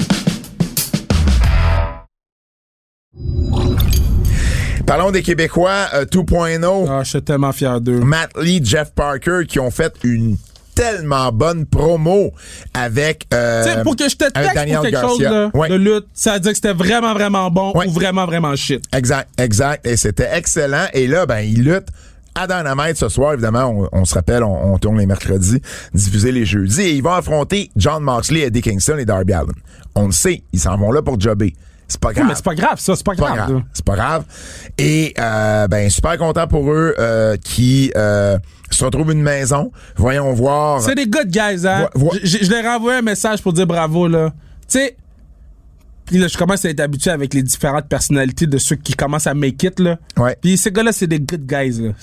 Parlons des Québécois 2.0. Ah, je suis tellement fier d'eux. Matt Lee, Jeff Parker, qui ont fait une tellement bonne promo avec pour que je te texte Daniel pour quelque Garcia. chose de lutte, ça veut dire que c'était vraiment, vraiment bon ou vraiment, vraiment shit. Exact. Et c'était excellent. Et là, ben, ils luttent à Dynamite ce soir. Évidemment, on se rappelle, on tourne les mercredis, diffuser les jeudis. Et ils vont affronter Jon Moxley, Eddie Kingston et Darby Allin. On le sait, ils s'en vont là pour jobber. C'est pas grave. Mais c'est pas grave, ça. C'est pas grave. C'est pas grave. Et, ben, super content pour eux qui se retrouvent une maison. Voyons voir. C'est des good guys, hein? Je leur ai envoyé un message pour dire bravo, là. Tu sais, puis là, je commence à être habitué avec les différentes personnalités de ceux qui commencent à make it, là. Ouais. Puis ces gars-là, c'est des good guys, là.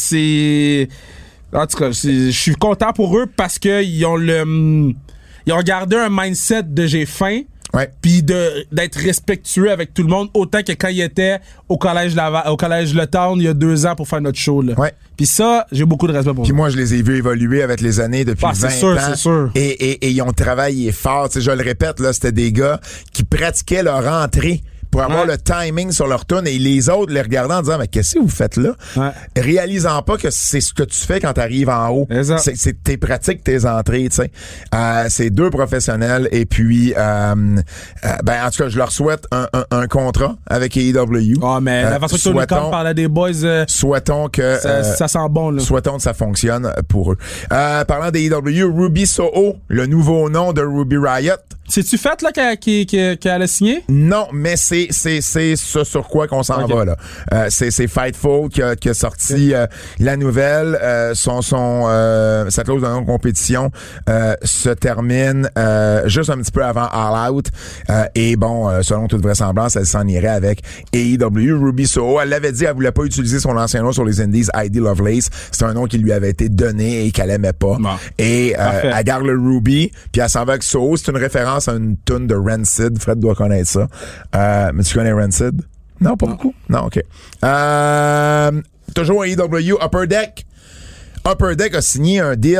En tout cas, je suis content pour eux parce que ils ont gardé un mindset de j'ai faim. Ouais. Puis d'être respectueux avec tout le monde autant que quand ils étaient au collège Le Town il y a 2 ans pour faire notre show, là. Ouais. Puis ça, j'ai beaucoup de respect pour eux. Puis moi, je les ai vus évoluer avec les années depuis 20 ans. C'est sûr. Et ils ont travaillé fort. Tu sais, je le répète, là, c'était des gars qui pratiquaient leur entrée pour avoir le timing sur leur tune et les autres les regardant en disant mais qu'est-ce que vous faites là? Réalisant pas que c'est ce que tu fais quand tu arrives en haut. C'est tes pratiques, tes entrées, tu sais. C'est 2 professionnels et puis ben en tout cas, je leur souhaite un contrat avec AEW. Mais la façon que Tony Khan parlait des boys, souhaitons que ça sent bon là. Souhaitons que ça fonctionne pour eux. Parlant d'AEW, Ruby Soho, le nouveau nom de Ruby Riott. C'est-tu fait là qu'elle a signé? Non, mais c'est ce sur quoi qu'on s'en va là. C'est Fightful qui a sorti la nouvelle. Sa clause de non-compétition se termine juste un petit peu avant All Out. Et bon, selon toute vraisemblance, elle s'en irait avec AEW. Ruby Soho, elle l'avait dit, elle voulait pas utiliser son ancien nom sur les Indies, Heidi Lovelace. C'est un nom qui lui avait été donné et qu'elle aimait pas. Bon. Et elle garde le Ruby, puis elle s'en va avec Soho. C'est une référence à une tune de Rancid. Fred doit connaître ça. Mais tu connais Rancid? Non, pas beaucoup. Non, OK. Toujours à AEW, Upper Deck. Upper Deck a signé un deal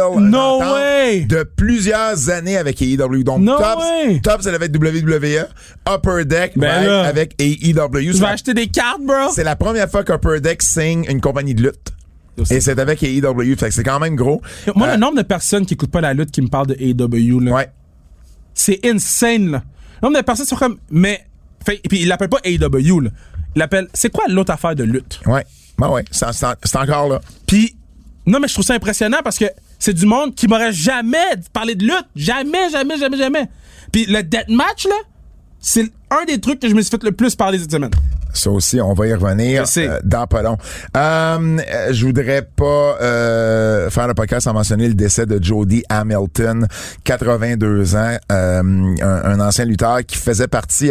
de plusieurs années avec AEW. Donc, Tops, elle avait WWE. Upper Deck avec AEW. Tu vas acheter des cartes, bro? C'est la première fois qu'Upper Deck signe une compagnie de lutte. Et c'est avec AEW. Fait que c'est quand même gros. Moi, le nombre de personnes qui écoutent pas la lutte qui me parlent de AEW, là. Ouais. C'est insane, là. Le nombre de personnes sont comme... Mais... Et puis, il l'appelle pas AEW, là. Il l'appelle... C'est quoi l'autre affaire de lutte? Ouais. C'est encore là. Puis... Non, mais je trouve ça impressionnant parce que c'est du monde qui m'aurait jamais parlé de lutte. Jamais. Puis le deathmatch, là, c'est un des trucs que je me suis fait le plus parler cette semaine. Ça aussi, on va y revenir dans pas long. Je voudrais pas faire le podcast sans mentionner le décès de Jody Hamilton, 82 ans, un ancien lutteur qui faisait partie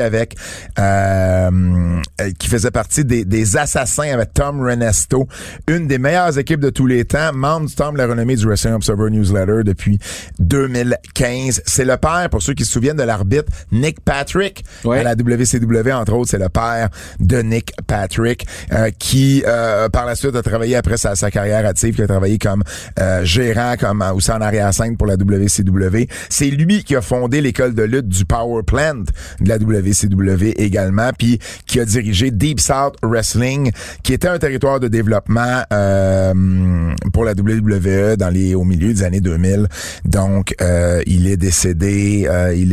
des assassins avec Tom Renesto, une des meilleures équipes de tous les temps, membre du temple de la renommée du Wrestling Observer Newsletter depuis 2015. C'est le père, pour ceux qui se souviennent de l'arbitre Nick Patrick à la WCW, entre autres, c'est le père de Nick Patrick, qui par la suite a travaillé après sa carrière active, qui a travaillé comme gérant, comme aussi en arrière-scène pour la WCW. C'est lui qui a fondé l'école de lutte du Power Plant de la WCW également, puis qui a dirigé Deep South Wrestling, qui était un territoire de développement pour la WWE au milieu des années 2000. Donc, il est décédé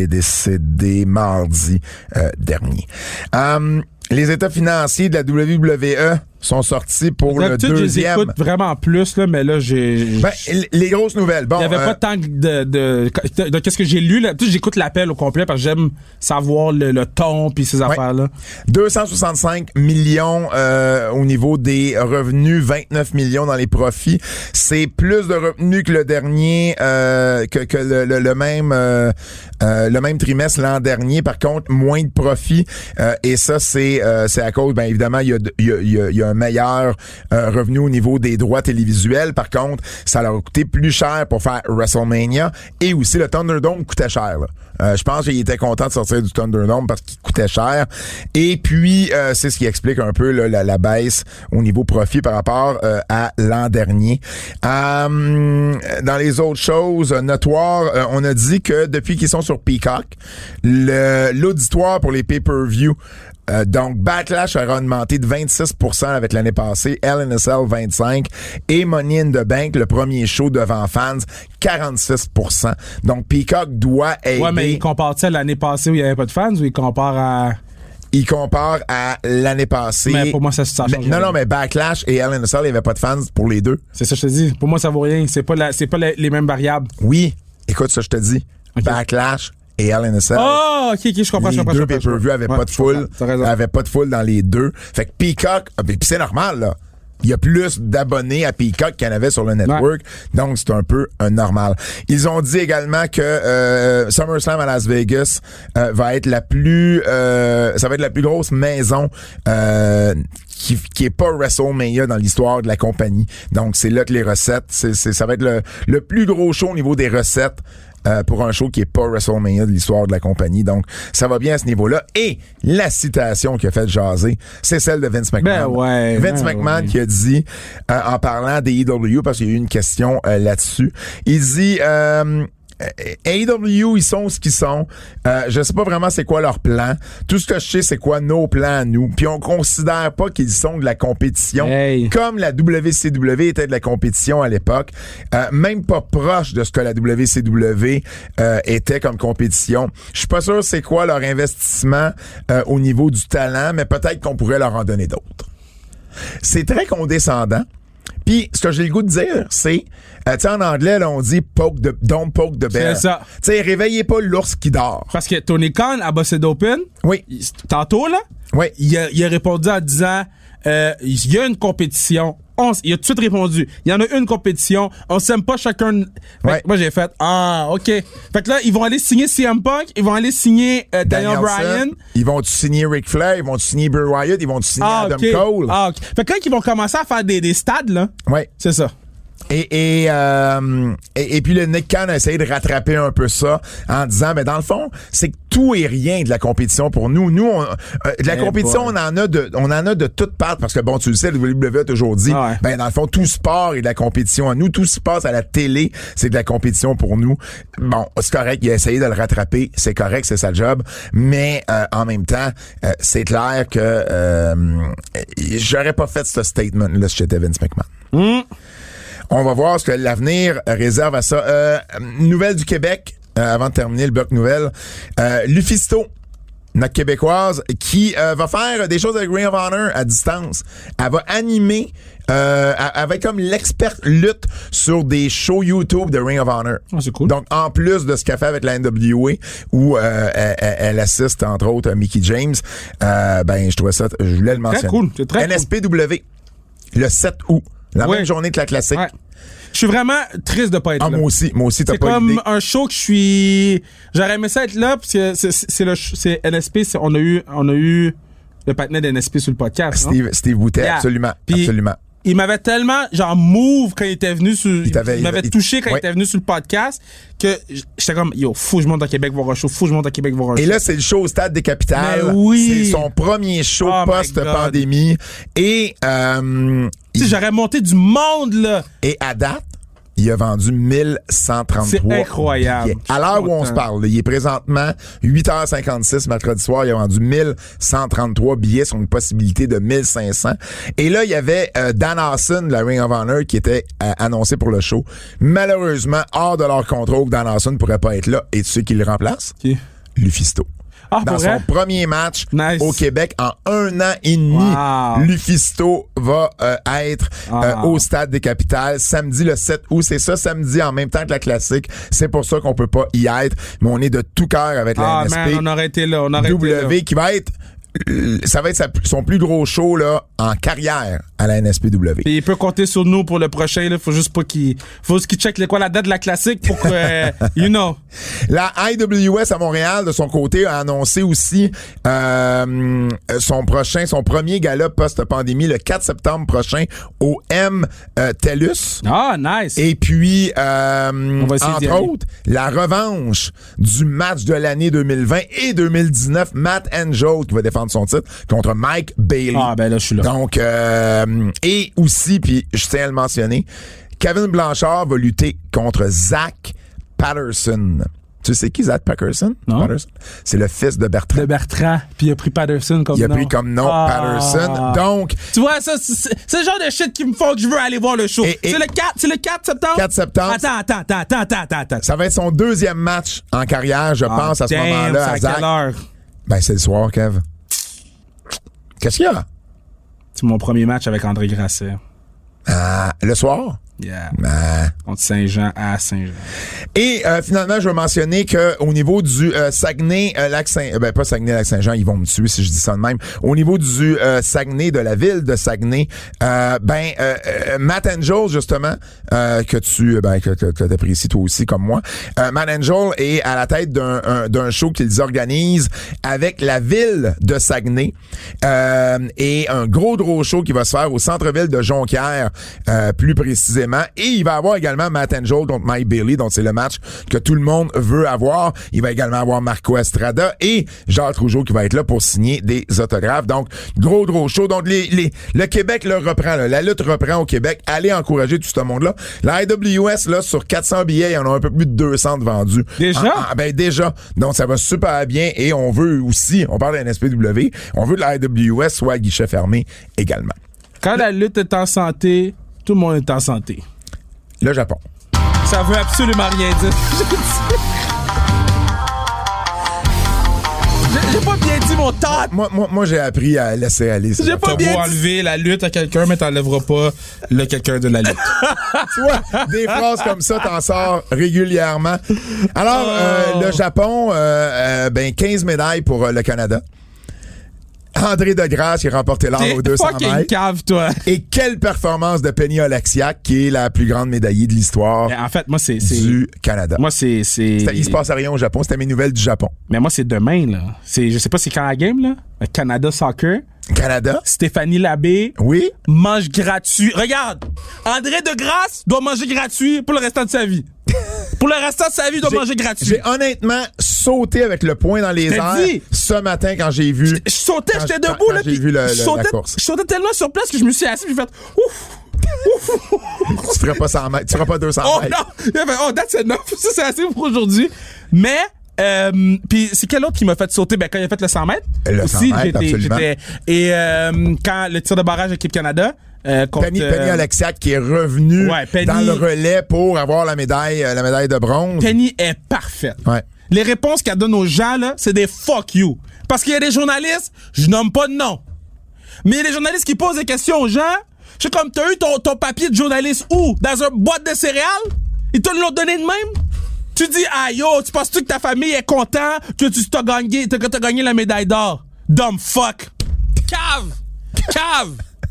mardi dernier. Les états financiers de la WWE sont sortis pour le deuxième. Je les écoute vraiment plus, là, mais là, les grosses nouvelles. Bon, il y avait pas tant de qu'est-ce que j'ai lu, là. J'écoute l'appel au complet parce que j'aime savoir le ton puis ces affaires-là. 265 millions au niveau des revenus, 29 millions dans les profits. C'est plus de revenus que le dernier, que le même trimestre l'an dernier. Par contre, moins de profits. Et ça, c'est à cause, bien évidemment, il y a un meilleur revenu au niveau des droits télévisuels. Par contre, ça leur a coûté plus cher pour faire WrestleMania, et aussi le Thunderdome coûtait cher, là. Je pense qu'il était content de sortir du Thunderdome parce qu'il coûtait cher. Et puis, c'est ce qui explique un peu là, la baisse au niveau profit par rapport à l'an dernier. Dans les autres choses notoires, on a dit que depuis qu'ils sont sur Peacock, l'auditoire pour les pay-per-view, donc Backlash aura augmenté de 26% avec l'année passée, Hell in a Cell 25% et Money in the Bank, le premier show devant fans, 46%. Donc Peacock doit aider. Ouais, mais il compare-t-il à l'année passée où il n'y avait pas de fans, ou il compare à... Il compare à l'année passée. Mais pour moi, ça change. Non, mais Backlash et Hell in a Cell, il n'y avait pas de fans pour les deux. C'est ça que je te dis. Pour moi, ça vaut rien. C'est pas les mêmes variables. Oui. Écoute, ça, je te dis. Okay. Backlash et Hell in a Cell. Oh, ok, je comprends. Les deux pay-per-view avaient pas de foule. Avaient pas de foule dans les deux. Fait que Peacock, pis c'est normal, là. Il y a plus d'abonnés à Peacock qu'il y en avait sur le network. Donc, c'est un peu normal. Ils ont dit également que SummerSlam à Las Vegas va être ça va être la plus grosse maison qui est pas WrestleMania dans l'histoire de la compagnie. Donc, c'est là que les recettes, ça va être le plus gros show au niveau des recettes. Pour un show qui est pas WrestleMania de l'histoire de la compagnie. Donc, ça va bien à ce niveau-là. Et la citation qui a fait jaser, c'est celle de Vince McMahon. Vince McMahon qui a dit, en parlant des EW, parce qu'il y a eu une question là-dessus, il dit... AEW, ils sont ce qu'ils sont. Je sais pas vraiment c'est quoi leur plan. Tout ce que je sais, c'est quoi nos plans à nous. Puis on considère pas qu'ils sont de la compétition, comme la WCW était de la compétition à l'époque. Même pas proche de ce que la WCW était comme compétition. Je suis pas sûr c'est quoi leur investissement au niveau du talent, mais peut-être qu'on pourrait leur en donner d'autres. C'est très condescendant. Puis, ce que j'ai le goût de dire, c'est, tu sais, en anglais, là, on dit don't poke the bear. C'est ça. Tu sais, réveillez pas l'ours qui dort. Parce que Tony Khan, à Busted Open, tantôt, là, il a répondu en disant, il y a une compétition. Il a tout de suite répondu. Il y en a une compétition. On s'aime pas chacun. Moi, j'ai fait, OK. Fait que là, ils vont aller signer CM Punk. Ils vont aller signer Daniel Bryan. Ils vont signer Ric Flair. Ils vont signer Bray Wyatt. Ils vont signer Adam Cole. OK. Fait que là, ils vont commencer à faire des stades, là. C'est ça. Et puis le Nick Khan a essayé de rattraper un peu ça en disant, mais dans le fond, c'est que tout et rien de la compétition pour nous. Nous, de la compétition, on en a de toutes parts, parce que bon, tu le sais, le WWE a toujours dit, ben dans le fond, tout sport est de la compétition à nous, tout ce qui se passe à la télé, c'est de la compétition pour nous. Bon, c'est correct, il a essayé de le rattraper, c'est correct, c'est sa job, mais en même temps, c'est clair que j'aurais pas fait ce statement-là si j'étais Vince McMahon. On va voir ce que l'avenir réserve à ça. Nouvelle du Québec, avant de terminer le bloc nouvelle. Lufisto notre Québécoise, qui va faire des choses avec Ring of Honor à distance. Elle va animer, elle va être comme l'experte lutte sur des shows YouTube de Ring of Honor. Oh, c'est cool. Donc, en plus de ce qu'elle fait avec la NWA, où elle assiste, entre autres, Mickie James, je trouvais ça, je voulais le mentionner. Très cool, c'est très NSPW, le 7 août, la même journée que la classique. Ouais. Je suis vraiment triste de pas être là. Moi aussi, t'as c'est pas comme idée. un show que j'aurais aimé ça être là parce que c'est NSP, on a eu le partenaire d'NSP sur le podcast. Steve Boutet, Yeah. absolument. Puis, absolument. Il m'avait tellement move quand il était venu sur il m'avait touché quand il ouais. était venu sur le podcast que j'étais comme faut que je monte à Québec voir un show, Et là, c'est le show au Stade des Capitales. Mais oui. C'est son premier show Oh post-pandémie. Et j'aurais monté du monde là. Et à date, il a vendu 1133 C'est incroyable. billets. À l'heure où on se parle, il est présentement 8h56 mercredi soir, il a vendu 1133 billets sur une possibilité de 1500. Et là, il y avait Dan Hawson de la Ring of Honor qui était annoncé pour le show. Malheureusement, hors de leur contrôle, Dan Hawson ne pourrait pas être là. Et tu sais qui le remplace? Qui? Lufisto. Dans son premier match au Québec en 1 an et demi. Wow. Lufisto va être au Stade des Capitales samedi le 7 août. C'est ça, samedi en même temps que la classique. C'est pour ça qu'on peut pas y être. Mais on est de tout cœur avec la NSP. Man, on aurait été là. Qui va être... Ça va être son plus gros show là en carrière à la NSPW. Et il peut compter sur nous pour le prochain. Là. Faut juste pas faut qu'il check la date de la classique pour que La IWS à Montréal de son côté a annoncé aussi son premier gala post-pandémie le 4 septembre prochain au M TELUS. Ah, nice. Et puis entre autres la revanche du match de l'année 2020 et 2019, Matt Angel qui va défendre son titre contre Mike Bailey. Ah ben là je suis là. Donc et aussi, puis je tiens à le mentionner, Kevin Blanchard va lutter contre Zach Patterson. Tu sais qui Zach Patterson? Non. Patterson? C'est le fils de Bertrand. Puis il a pris Patterson comme nom. Il a pris comme nom Patterson. Donc, tu vois ça, c'est le genre de shit qui me font que je veux aller voir le show. C'est le 4 septembre. 4 septembre. Attends. Ça va être son deuxième match en carrière, je pense, à ce moment-là. À quelle heure? Ben c'est le soir, Kev. Qu'est-ce qu'il y a? C'est mon premier match avec André Grasset. Le soir? Yeah. Contre Saint-Jean à Saint-Jean. Et finalement, je veux mentionner que au niveau du Saguenay-Lac-Saint... pas Saguenay-Lac-Saint-Jean, ils vont me tuer si je dis ça de même. Au niveau du Saguenay, de la ville de Saguenay, Matt Angel, justement, que tu apprécies toi aussi comme moi, Matt Angel est à la tête d'un show qu'ils organisent avec la ville de Saguenay et un gros show qui va se faire au centre-ville de Jonquière, plus précisément. Et il va avoir également Matt Angel contre Mike Bailey, donc c'est le match que tout le monde veut avoir. Il va également avoir Marco Estrada et Jacques Rougeau qui va être là pour signer des autographes. Donc, gros show. Donc, le Québec le reprend. Là. La lutte reprend au Québec. Allez encourager tout ce monde-là. La IWS, là, sur 400 billets, il y en a un peu plus de 200 de vendus. Déjà? Déjà. Donc, ça va super bien. Et on veut aussi, on parle de la NSPW, on veut que la IWS soit à guichet fermé également. Quand la lutte est en santé, tout le monde est en santé. Le Japon. Ça veut absolument rien dire. J'ai pas bien dit mon thought. Moi, j'ai appris à laisser aller. J'ai pas bien dit. Enlever la lutte à quelqu'un, mais t'enlèveras pas le quelqu'un de la lutte. Tu vois, des phrases comme ça, t'en sors régulièrement. Alors, le Japon, 15 médailles pour le Canada. André Degrasse qui a remporté l'or aux 200 mètres. Cave, toi. Et quelle performance de Penny Oleksiak, qui est la plus grande médaillée de l'histoire en fait, moi, c'est du Canada. Moi, il se passe rien au Japon. C'était mes nouvelles du Japon. Mais moi, c'est demain, là. Je sais pas c'est quand la game, là. Canada Soccer. Canada. Stéphanie Labbé. Oui. Mange gratuit. Regarde. André Degrasse doit manger gratuit pour le restant de sa vie. Pour le restant de sa vie, il doit manger gratuit. J'ai honnêtement sauté avec le poing dans les airs ce matin quand j'ai vu. Je sautais, j'étais debout, là. J'ai vu la course. Je sautais tellement sur place que je me suis assis et j'ai fait ouf. Tu ferais pas 100 mètres. Tu feras pas 200 mètres. Oh, that's enough. Ça, c'est assez pour aujourd'hui. Mais, puis c'est quel autre qui m'a fait sauter? Quand il a fait le 100 mètres. Le 100 mètres, absolument. Et quand le tir de barrage équipe Canada. Penny Oleksiak qui est revenu dans le relais pour avoir la médaille de bronze. Penny est parfaite. Ouais. les réponses qu'elle donne aux gens, là, c'est des fuck you. Parce qu'il y a des journalistes, je nomme pas de nom. Mais il y a des journalistes qui posent des questions aux gens. Je sais comme, t'as eu ton papier de journaliste où? Dans une boîte de céréales? Ils te l'ont donné de même? Tu dis, ah yo, tu penses-tu que ta famille est content que tu t'as gagné la médaille d'or? Dumb fuck. Cave.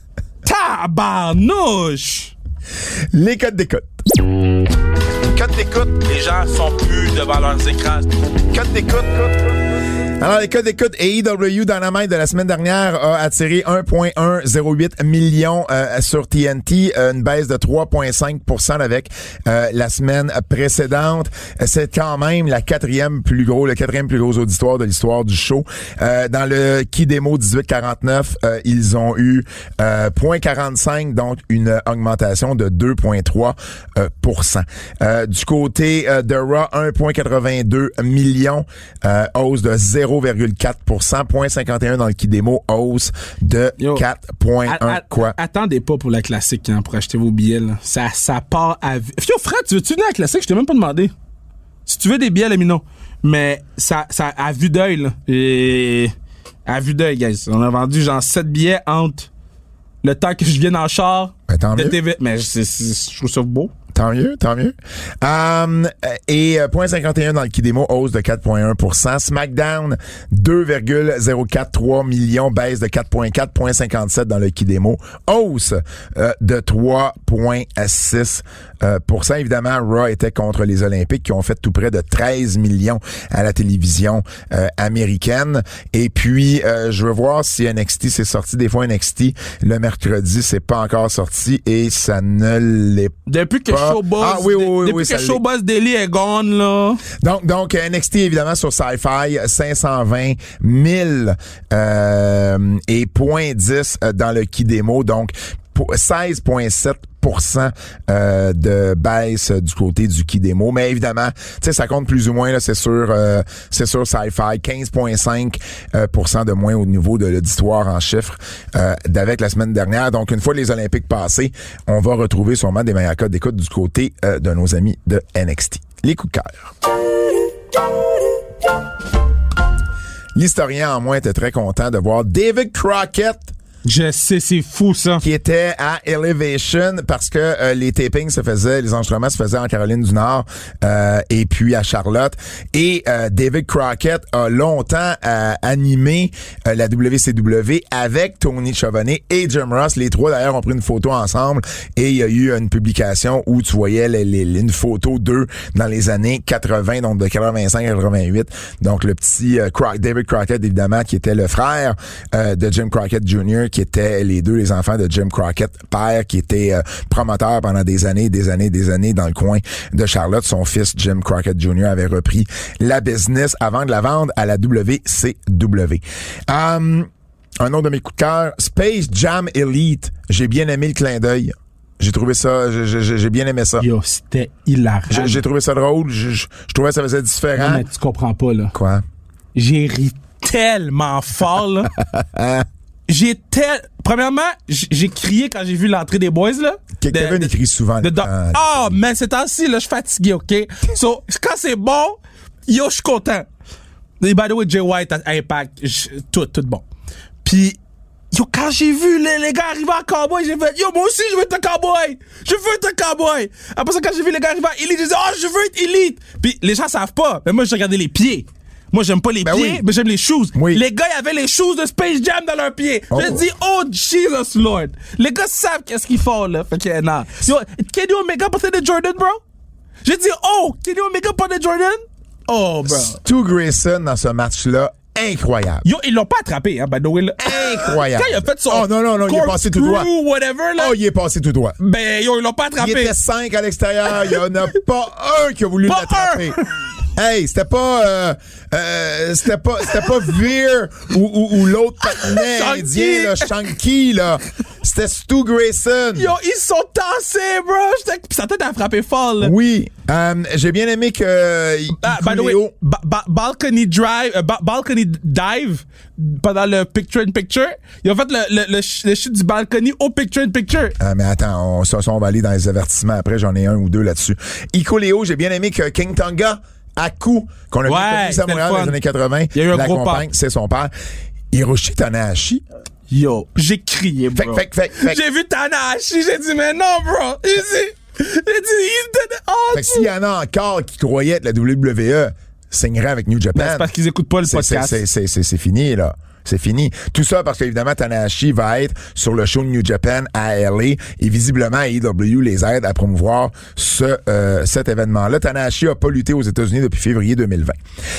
Tabarnouche. Les codes d'écoute. Codes d'écoute, les gens sont plus devant leurs écrans. Codes d'écoute. Alors, les codes d'écoute AEW Dynamite de la semaine dernière a attiré 1,108 millions sur TNT, une baisse de 3,5% avec la semaine précédente. C'est quand même le quatrième plus gros auditoire de l'histoire du show. Dans le Kidemo 1849, ils ont eu 0,45, donc une augmentation de 2,3%. Du côté de Raw, 1,82 millions, hausse de 0,4%, 0,51 dans le Kidemo, hausse de 4,1. Quoi? Attendez pas pour la classique pour acheter vos billets. Là. Ça part à... Yo, Fred, tu veux-tu venir à la classique? Je t'ai même pas demandé. Si tu veux des billets, Lamino. Mais ça à vue d'œil, là. Et à vue d'œil, guys. On a vendu genre 7 billets entre le temps que je vienne en char de TV. Mais je trouve ça beau. Tant mieux. Et 0,51 dans le Kidemo, hausse de 4,1%. SmackDown, 2,043 millions, baisse de 4,4, 0,57 dans le Kidemo, hausse de 3,6%. Évidemment, Raw était contre les Olympiques qui ont fait tout près de 13 millions à la télévision américaine. Et puis, je veux voir si NXT s'est sorti. Des fois, NXT, le mercredi, c'est pas encore sorti et ça ne l'est pas. Depuis que Showbuzz, depuis que Showbuzz Daily est gone, là. Donc NXT, évidemment, sur Sci-Fi, 520 000 et 0,10 dans le Kidemo, donc 16,7% de baisse du côté du Kidemo. Mais évidemment, tu sais, ça compte plus ou moins, là, c'est sur Sci-Fi, 15,5% de moins au niveau de l'auditoire en chiffres d'avec la semaine dernière. Donc, une fois les Olympiques passés, on va retrouver sûrement des meilleurs codes d'écoute du côté de nos amis de NXT. Les coups de cœur. L'historien en moi était très content de voir David Crockett. Je sais, c'est fou, ça. Qui était à Elevation parce que les tapings les enregistrements se faisaient en Caroline du Nord et puis à Charlotte. Et David Crockett a longtemps animé la WCW avec Tony Schiavone et Jim Ross. Les trois, d'ailleurs, ont pris une photo ensemble et il y a eu une publication où tu voyais une photo d'eux dans les années 80, donc de 85 à 88. Donc, le petit David Crockett, évidemment, qui était le frère de Jim Crockett Jr., qui étaient les enfants de Jim Crockett, père, qui était promoteur pendant des années dans le coin de Charlotte. Son fils, Jim Crockett Jr., avait repris la business avant de la vendre à la WCW. Un autre de mes coups de cœur, Space Jam Elite. J'ai bien aimé le clin d'œil. J'ai trouvé ça, j'ai bien aimé ça. Yo, c'était hilarant. J'ai trouvé ça drôle. Je trouvais que ça faisait différent. Non, mais tu comprends pas, là. Quoi? J'ai ri tellement fort, là. Premièrement, j'ai crié quand j'ai vu l'entrée des boys, là. Kevin écrit souvent. Mais c'est ainsi, là, je suis fatigué, OK? So, quand c'est bon, yo, je suis content. Et by the way, Jay White à Impact, tout bon. Puis, yo, quand j'ai vu les gars arriver en cowboy, j'ai fait, yo, moi aussi, je veux être un cowboy. Je veux être un cowboy. Après ça, quand j'ai vu les gars arriver en Elite, j'ai dit, oh, je veux être Elite. Puis, les gens savent pas. Mais moi, j'ai regardé les pieds. Moi, j'aime pas les pieds, mais j'aime les shoes. Oui. Les gars, ils avaient les shoes de Space Jam dans leurs pieds. J'ai dit, oh, Jesus Lord. Les gars savent qu'est-ce qu'ils font, là. Fait que, non. Yo, Kenny Omega portait des Jordan, bro? J'ai dit, oh, Kenny Omega portait des Jordan? Oh, bro. Stu Grayson dans ce match-là, incroyable. Yo, ils l'ont pas attrapé, hein, by the way, là. Incroyable. Quand il a fait son... Oh, non, il est passé tout droit. Whatever, là. Oh, il est passé tout droit. Ben, yo, ils l'ont pas attrapé. Il était 5 à l'extérieur. Il y en a pas un qui a voulu l'attraper. Hey, c'était pas Veer ou l'autre patinet indien, là, Shanky, là. C'était Stu Grayson. Yo, ils sont tassés, bro. Pis sa tête a frappé fort, là. Oui. J'ai bien aimé que... by the way, balcony dive pendant le picture-in-picture. Ils ont fait le chute du balcony au picture-in-picture. Mais attends, on va aller dans les avertissements après. J'en ai un ou deux là-dessus. Iko Léo, j'ai bien aimé que King Tonga à coup qu'on a vu Samouraï dans les années 80. Il y a eu un la gros compagne, c'est son père. Hiroshi Tanahashi. Yo, j'ai crié, bro. J'ai vu Tanahashi, j'ai dit, mais non, bro. J'ai dit, fait que s'il y en a encore qui croyaient que la WWE signerait avec New Japan. Ben, c'est parce qu'ils écoutent pas le podcast. C'est fini, là. C'est fini. Tout ça parce qu'évidemment, Tanahashi va être sur le show de New Japan à LA et visiblement, AEW les aide à promouvoir cet événement-là. Tanahashi a pas lutté aux États-Unis depuis février 2020.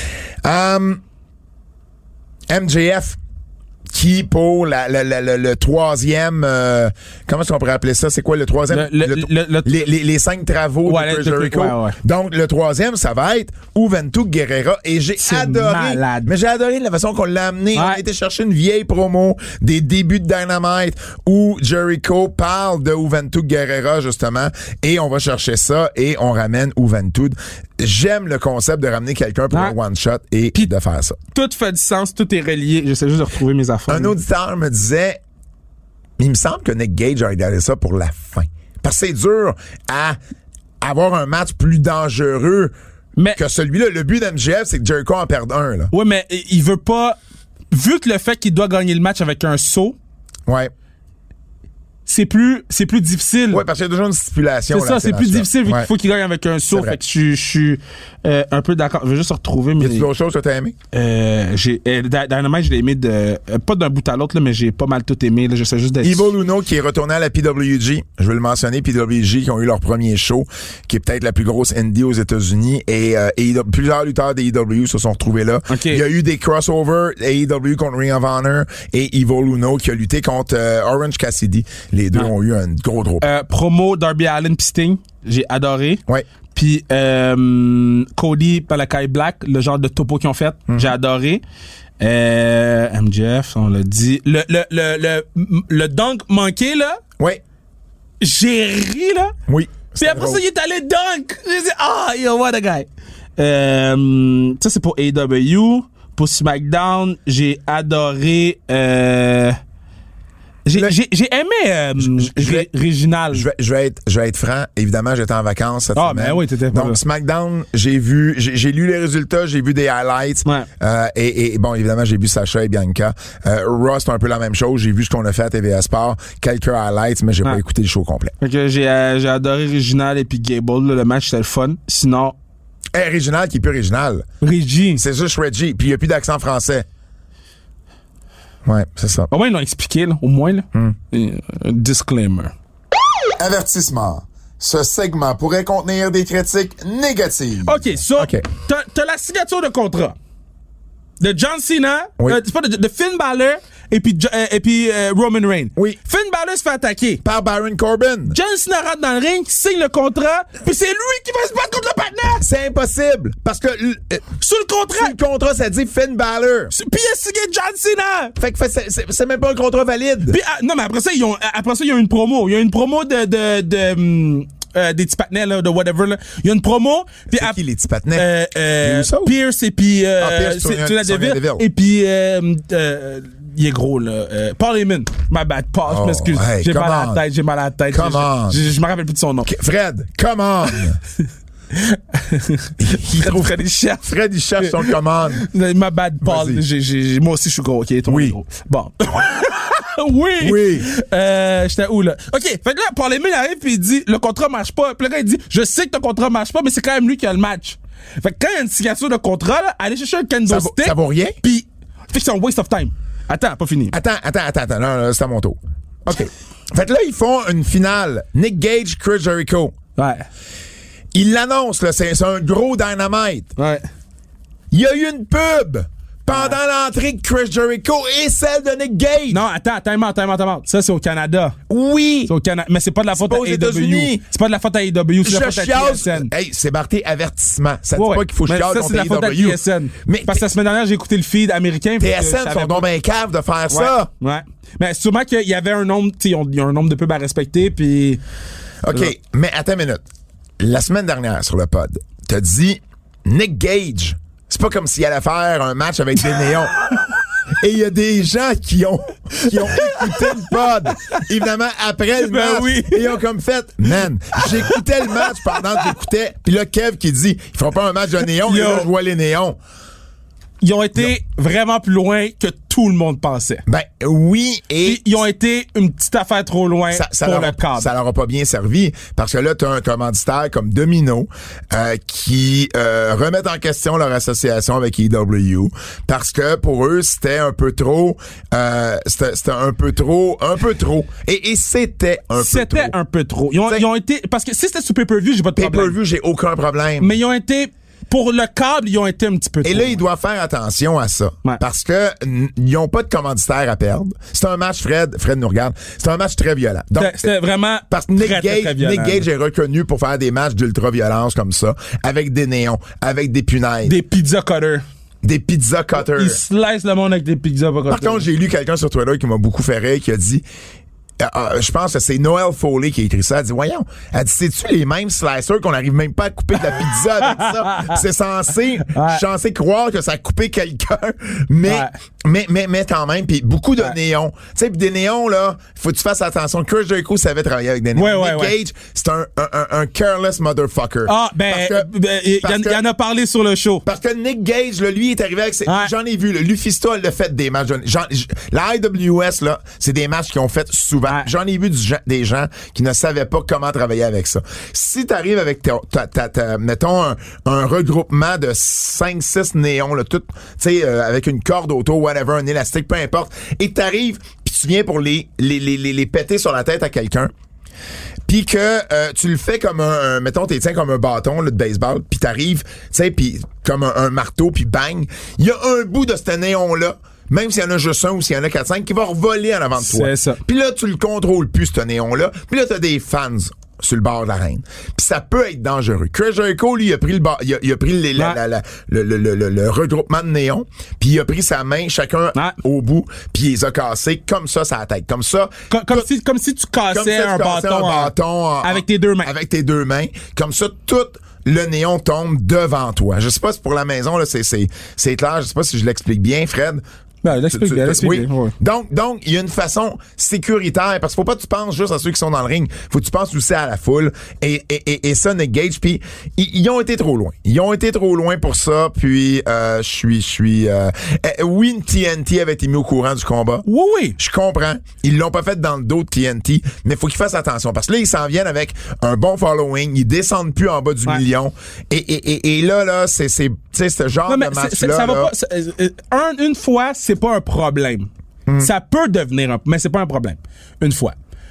MJF, qui pour le troisième, comment est-ce qu'on pourrait appeler ça? C'est quoi le troisième? Les 5 travaux de Chris Jericho. Ouais. Donc, le troisième, ça va être Juventud Guerrera. Et j'ai adoré. Malade. Mais j'ai adoré la façon qu'on l'a amené. Ouais. On a été chercher une vieille promo des débuts de Dynamite où Jericho parle de Juventud Guerrera, justement. Et on va chercher ça et on ramène Juventud. J'aime le concept de ramener quelqu'un pour un one-shot et puis de faire ça. Tout fait du sens, tout est relié. J'essaie juste de retrouver mes affaires. Un auditeur me disait, il me semble que Nick Gage a regardé ça pour la fin. Parce que c'est dur à avoir un match plus dangereux que celui-là. Le but d'MJF, c'est que Jericho en perde un. Là. Ouais, mais il veut pas... Vu que le fait qu'il doit gagner le match avec un saut... Ouais. C'est plus difficile. Oui, parce qu'il y a toujours une stipulation. C'est ça, c'est plus difficile vu qu'il faut qu'il gagne avec un saut. Fait que je suis un peu d'accord. Je vais juste retrouver mes... Y a-tu d'autres choses que t'as aimé? Dynamite, je l'ai aimé pas d'un bout à l'autre, là, mais j'ai pas mal tout aimé. Là, j'essaie juste d'être... Evil Uno qui est retourné à la PWG. Je veux le mentionner, PWG qui ont eu leur premier show, qui est peut-être la plus grosse indie aux États-Unis. Et plusieurs lutteurs d'AEW se sont retrouvés là. Okay. Il y a eu des crossovers, AEW contre Ring of Honor et Evil Uno qui a lutté contre Orange Cassidy. Les deux ont eu un gros promo Darby Allin pis Sting, j'ai adoré. Ouais. Puis Cody Palakai Black, le genre de topo qu'ils ont fait, j'ai adoré. MJF, on l'a dit. Le dunk manqué là. Ouais. J'ai ri là. Oui. Puis après ça, il est allé dunk. J'ai dit yo, what a guy. Ça c'est pour AEW. Pour SmackDown, j'ai adoré. J'ai aimé Réginal. Je vais être franc. Évidemment, j'étais en vacances cette semaine. Ben oui, t'étais pas Donc, là. SmackDown, j'ai lu les résultats, j'ai vu des highlights. Ouais. Et bon, évidemment, j'ai vu Sacha et Bianca. Raw, c'est un peu la même chose. J'ai vu ce qu'on a fait à TVA Sport. Quelques highlights, mais j'ai pas écouté le show complet. Fait que j'ai adoré Réginal et puis Gable. Là, le match, c'était le fun. Sinon... Réginal qui est plus Réginal. Reggie. C'est juste Reggie. Puis il n'y a plus d'accent français. Ouais, c'est ça. Au moins, ils l'ont expliqué, là, au moins. Là. Disclaimer. Avertissement. Ce segment pourrait contenir des critiques négatives. OK, t'as la signature de contrat de John Cena, c'est pas de Finn Balor et puis Roman Reigns. Oui. Finn Balor se fait attaquer par Baron Corbin. John Cena rentre dans le ring, signe le contrat, puis c'est lui qui va se battre contre le partenaire. C'est impossible parce que sur le contrat ça dit Finn Balor. Puis il a signé John Cena. Fait que c'est même pas un contrat valide. Puis non, mais après ça il y a une promo. Il y a une promo des petits patinets là, de whatever là. Il y a une promo. Puis qui les petits patinets? Pierce et puis Sonya Deville. et puis il est gros là. Paul Heyman. My bad, Paul. Je m'excuse. Hey, j'ai mal à la tête. Je me rappelle plus de son nom. Fred, come on. Fred, il cherche son commande. My bad, Paul. Moi aussi, je suis gros. OK, oui. Gros. Bon. Oui. J'étais où, là? OK. Fait que là, Paul Heyman arrive puis il dit, le contrat marche pas. Puis le gars, il dit, je sais que ton contrat marche pas, mais c'est quand même lui qui a le match. Fait que quand il y a une signature de contrat, là, allez chercher un kendo stick. Ça vaut rien? Puis, c'est un waste of time. Attends, pas fini. Attends. Non, c'est à mon tour. OK. Fait que là, ils font une finale. Nick Gage, Chris Jericho. Ouais. Ils l'annoncent, là. C'est un gros Dynamite. Ouais. Il y a eu une pub pendant l'entrée de Chris Jericho et celle de Nick Gage. Non, attends. Ça, c'est au Canada. Oui. C'est au Canada. Mais c'est pas de la faute à AEW. C'est pas de la faute à AEW, c'est de la faute à TSN. Hey, c'est marqué avertissement. Ça dit pas qu'il faut chialer contre AEW. Ça, c'est de la faute à TSN. Mais parce que la semaine dernière, j'ai écouté le feed américain. TSN sont donc bien caves de faire ça. Ouais. Mais sûrement qu'il y avait un nombre, il y a un nombre de pubs à respecter, puis... OK, mais attends une minute. La semaine dernière, sur le pod, t'as dit Nick Gage... C'est pas comme s'il allait faire un match avec des néons. Et il y a des gens qui ont écouté le pod, évidemment, après le match. Oui. Et ils ont comme fait, man, j'écoutais le match pendant que j'écoutais. Puis là, Kev qui dit, ils feront pas un match de néon, et là, je vois les néons. Ils ont été vraiment plus loin que tout le monde pensait. Ben oui, et puis, ils ont été une petite affaire trop loin pour le cadre. Ça leur a pas bien servi parce que là, t'as un commanditaire comme Domino qui remettent en question leur association avec EW parce que pour eux, c'était un peu trop c'était un peu trop. Et c'était un peu trop. C'était un peu trop. Ils ont été parce que si c'était sur pay-per-view, j'ai pas de problème. Pay-per-view, j'ai aucun problème. Mais ils ont été pour le câble, ils ont été un petit peu trop. Et là, ils doivent faire attention à ça. Ouais. Parce que ils ont pas de commanditaire à perdre. C'est un match, Fred nous regarde, c'est un match très violent. Donc, c'était vraiment parce que Nick violent. Gage est reconnu pour faire des matchs d'ultra-violence comme ça, avec des néons, avec des punaises. Des pizza cutters. Des pizza cutters. Ils slice le monde avec des pizza cutters. Par contre, j'ai lu quelqu'un sur Twitter qui m'a beaucoup fait rire, qui a dit... je pense que c'est Noël Foley qui a écrit ça. Elle dit, voyons, c'est-tu les mêmes slicers qu'on n'arrive même pas à couper de la pizza avec ça? C'est censé croire que ça a coupé quelqu'un, mais quand même, puis beaucoup de néons. Tu sais, puis des néons, là, faut que tu fasses attention. Chris Jericho savait travailler avec des néons. Nick Gage, c'est un careless motherfucker. Ah, il y en a parlé sur le show. Parce que Nick Gage, là, lui, est arrivé avec j'en ai vu, le Lufisto, elle l'a fait des matchs. La IWS, là, c'est des matchs qu'ils ont fait souvent. J'en ai vu des gens qui ne savaient pas comment travailler avec ça. Si t'arrives avec mettons un regroupement de 5-6 néons, là, tout, tu sais, avec une corde autour, whatever, un élastique, peu importe, et t'arrives, puis tu viens pour les péter sur la tête à quelqu'un, puis que tu le fais comme mettons, t'es tiens comme un bâton là, de baseball, puis t'arrives, tu sais, puis comme un marteau, puis bang, il y a un bout de ce néon-là, même s'il y en a juste un ou s'il y en a 4-5, qui va revoler en avant de toi. C'est ça. Puis là, tu le contrôles plus, ce néon-là. Puis là, t'as des fans sur le bord de l'arène. Puis ça peut être dangereux. Chris Jericho, lui, il a pris le regroupement de néons, puis il a pris sa main, chacun au bout, puis il les a cassés comme ça la tête. Comme ça. Comme si tu cassais un bâton avec tes deux mains. Avec tes deux mains. Comme ça, tout le néon tombe devant toi. Je sais pas si pour la maison, là, c'est clair. Je sais pas si je l'explique bien, Fred. Ben, l'explique bien. Oui. Donc, il y a une façon sécuritaire, parce qu'il faut pas que tu penses juste à ceux qui sont dans le ring. Faut que tu penses aussi à la foule. Et ça, Nick Gage, puis ils ont été trop loin. Ils ont été trop loin pour ça, puis oui, TNT avait été mis au courant du combat. Oui. Je comprends. Ils l'ont pas fait dans le dos de TNT, mais faut qu'ils fassent attention, parce que là, ils s'en viennent avec un bon following. Ils descendent plus en bas du million. Et là, c'est ce genre de match-là. Ça va pas, une fois, c'est pas un problème. Ça peut devenir mais c'est pas un problème. Une fois.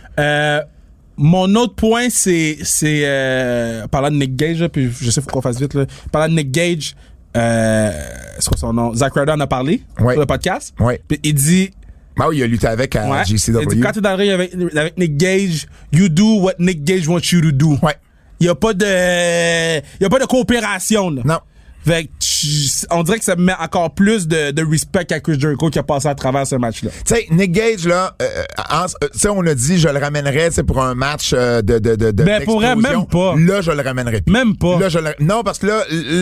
Mon autre point, c'est parlant de Nick Gage, là, puis je sais, faut qu'on fasse vite, là. Parlant de Nick Gage, c'est quoi son nom? Zack Ryder en a parlé sur le podcast. Oui. Puis il dit... Ah oui, il a lutté avec GCW. Il dit, quand t'es dans le ring avec Nick Gage, you do what Nick Gage wants you to do. Ouais. Il y a pas de coopération, là. Non. Fait que on dirait que ça me met encore plus de respect à Chris Jericho qui a passé à travers ce match-là. Tu sais, Nick Gage, là, tu sais, on a dit, je le ramènerais, pour un match ben, pourrait même pas. Là, je le ramènerais plus. Même pas. Là, non, parce que là,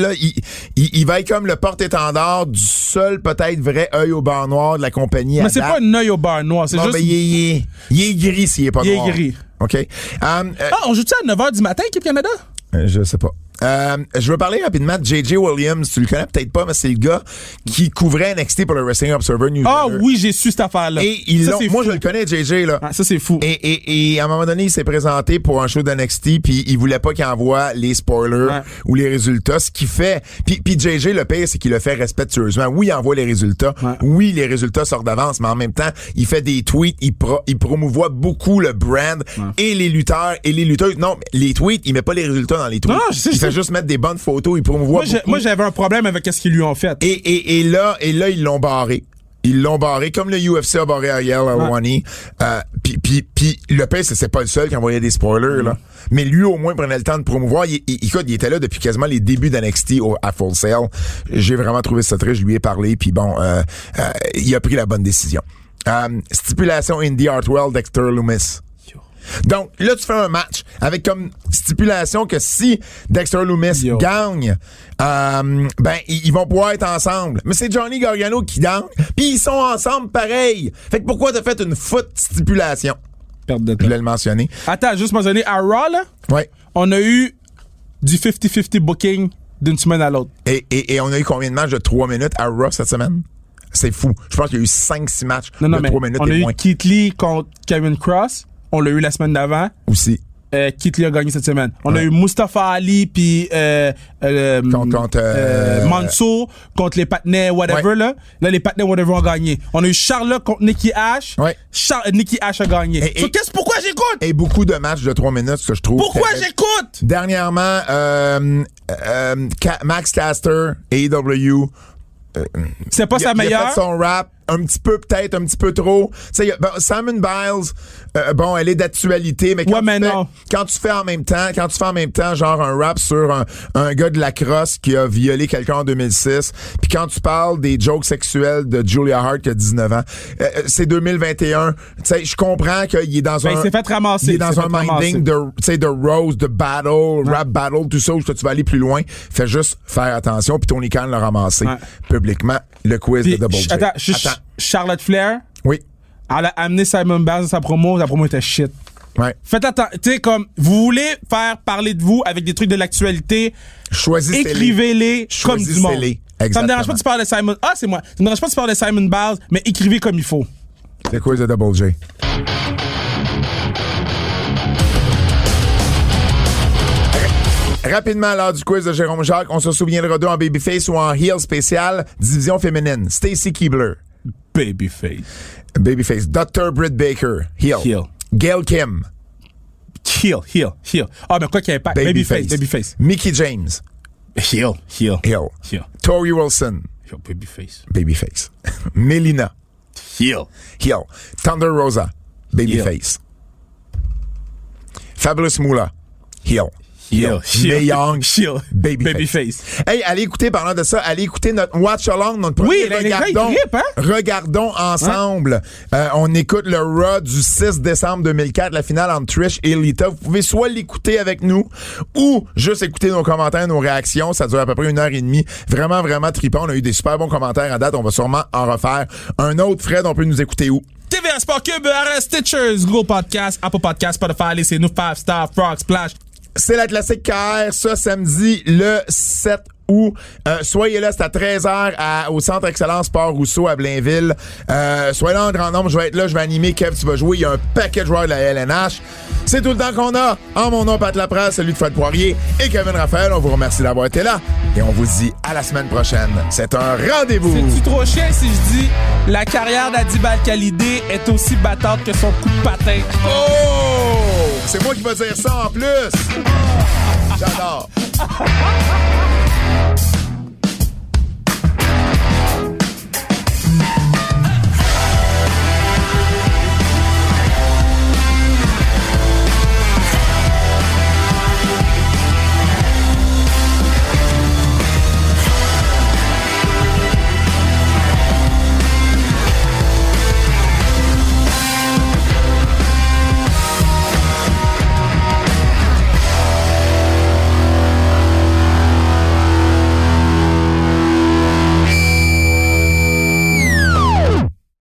il va être comme le porte-étendard du seul, peut-être, vrai œil au beurre noir de la compagnie. Mais c'est pas un œil au beurre noir, c'est juste... Ben, il est gris s'il est pas noir. Il est gris. OK. On joue-tu à 9h du matin, Équipe Canada? Je sais pas. Je veux parler rapidement de J.J. Williams. Tu le connais peut-être pas, mais c'est le gars qui couvrait NXT pour le Wrestling Observer News. Ah oui, j'ai su cette affaire-là. Et moi, je le connais, J.J. là. Ah, ça, c'est fou. Et à un moment donné, il s'est présenté pour un show d'NXT, puis il voulait pas qu'il envoie les spoilers ou les résultats, ce qu'il fait. Puis J.J., le pire, c'est qu'il le fait respectueusement. Oui, il envoie les résultats. Ouais. Oui, les résultats sortent d'avance, mais en même temps, il fait des tweets, il promouvoit beaucoup le brand et les lutteurs et les lutteuses. Non, les tweets, il met pas les résultats dans les tweets. Non, il fait juste mettre des bonnes photos, il promouvoit beaucoup. Moi, j'avais un problème avec ce qu'ils lui ont fait. Et là, ils l'ont barré. Ils l'ont barré, comme le UFC a barré Ariel Helwani. Puis le pire, c'est pas le seul qui envoyait des spoilers, là. Mais lui, au moins, prenait le temps de promouvoir. Il était là depuis quasiment les débuts d'NXT à Full Sail. J'ai vraiment trouvé ça triste. Je lui ai parlé, puis bon, il a pris la bonne décision. Stipulation Indy Hartwell, Dexter Lumis. Donc, là, tu fais un match avec comme stipulation que si Dexter Lumis gagne, ils vont pouvoir être ensemble. Mais c'est Johnny Gargano qui gagne, puis ils sont ensemble pareil. Fait que pourquoi t'as fait une foot stipulation? Perte de temps. Je voulais le mentionner. Attends, juste mentionner, à Raw, là, on a eu du 50-50 booking d'une semaine à l'autre. Et on a eu combien de matchs de 3 minutes à Raw cette semaine? C'est fou. Je pense qu'il y a eu 5-6 matchs de 3 minutes on a et moins. eu Keith Lee contre Kevin Cross. On l'a eu la semaine d'avant. Aussi. Keith Lee a gagné cette semaine. On a eu Mustafa Ali puis Mansour contre les Patnais whatever là. Là les Patnais whatever ont gagné. On a eu Charlotte contre Nikki Ash. Nikki Ash a gagné. Pourquoi j'écoute? Et beaucoup de matchs de 3 minutes que je trouve. Pourquoi j'écoute? Dernièrement Max Caster, AEW. C'est pas sa meilleure. Il a fait son rap un petit peu, peut-être un petit peu trop. Tu sais, Simon Biles, elle est d'actualité, mais quand tu fais en même temps genre un rap sur un gars de la crosse qui a violé quelqu'un en 2006, puis quand tu parles des jokes sexuels de Julia Hart qui a 19 ans, c'est 2021. Tu sais, je comprends qu'il est dans il s'est fait ramasser. Il est dans un minding de rose, de battle, rap battle, tout ça, où tu vas aller plus loin. Fais juste faire attention, puis Tony Khan l'a ramassé publiquement. Le quiz de Double J. Attends. Charlotte Flair. Oui. Elle a amené Simon Biles dans sa promo était shit. Ouais. Faites attention. Tu sais, comme, vous voulez faire parler de vous avec des trucs de l'actualité. Choisissez-les. Écrivez-les comme du monde. Exactement. Ça me dérange pas de parler de Simon. Ah, c'est moi. Ça me dérange pas de parler de Simon Biles, mais écrivez comme il faut. Le quiz de Double J. Rapidement, lors du quiz de Jérôme Jacques, on se souviendra d'eux en babyface ou en heel spécial, division féminine. Stacy Keibler. Babyface. Dr. Britt Baker. Heel. Gail Kim. Heel. Ah, mais quoi qu'il n'y ait pas. Babyface. Mickey James. Heel. Tori Wilson. Babyface. Melina. Heel. Thunder Rosa. Babyface. Fabulous Moolah. Heel. Mae Young, Babyface. Hey, allez écouter, parlant de ça, allez écouter notre Watch Along, notre premier Regardons ensemble. On écoute le Raw du 6 décembre 2004, la finale entre Trish et Lita. Vous pouvez soit l'écouter avec nous ou juste écouter nos commentaires, nos réactions. Ça dure à peu près 1h30. Vraiment, vraiment trippant. On a eu des super bons commentaires à date. On va sûrement en refaire un autre. Fred, on peut nous écouter où? TVA Sport Cube, RS Stitchers, Google Podcast, Apple Podcast, Spotify, laissez-nous 5 stars, Frog Splash. C'est la classique KR, ça, samedi, le 7 août. Soyez là, c'est à 13h au Centre Excellence Port Rousseau à Blainville. Soyez là en grand nombre, je vais être là, je vais animer. Kev, tu vas jouer. Il y a un paquet de joueurs de la LNH. C'est tout le temps qu'on a. En mon nom, Pat Laprade, celui de Fred Poirier et Kevin Raphaël. On vous remercie d'avoir été là et on vous dit à la semaine prochaine. C'est un rendez-vous. C'est-tu trop chien si je dis la carrière d'Adib Al-Khalidé est aussi battante que son coup de patin? Oh! C'est moi qui vais dire ça en plus. J'adore.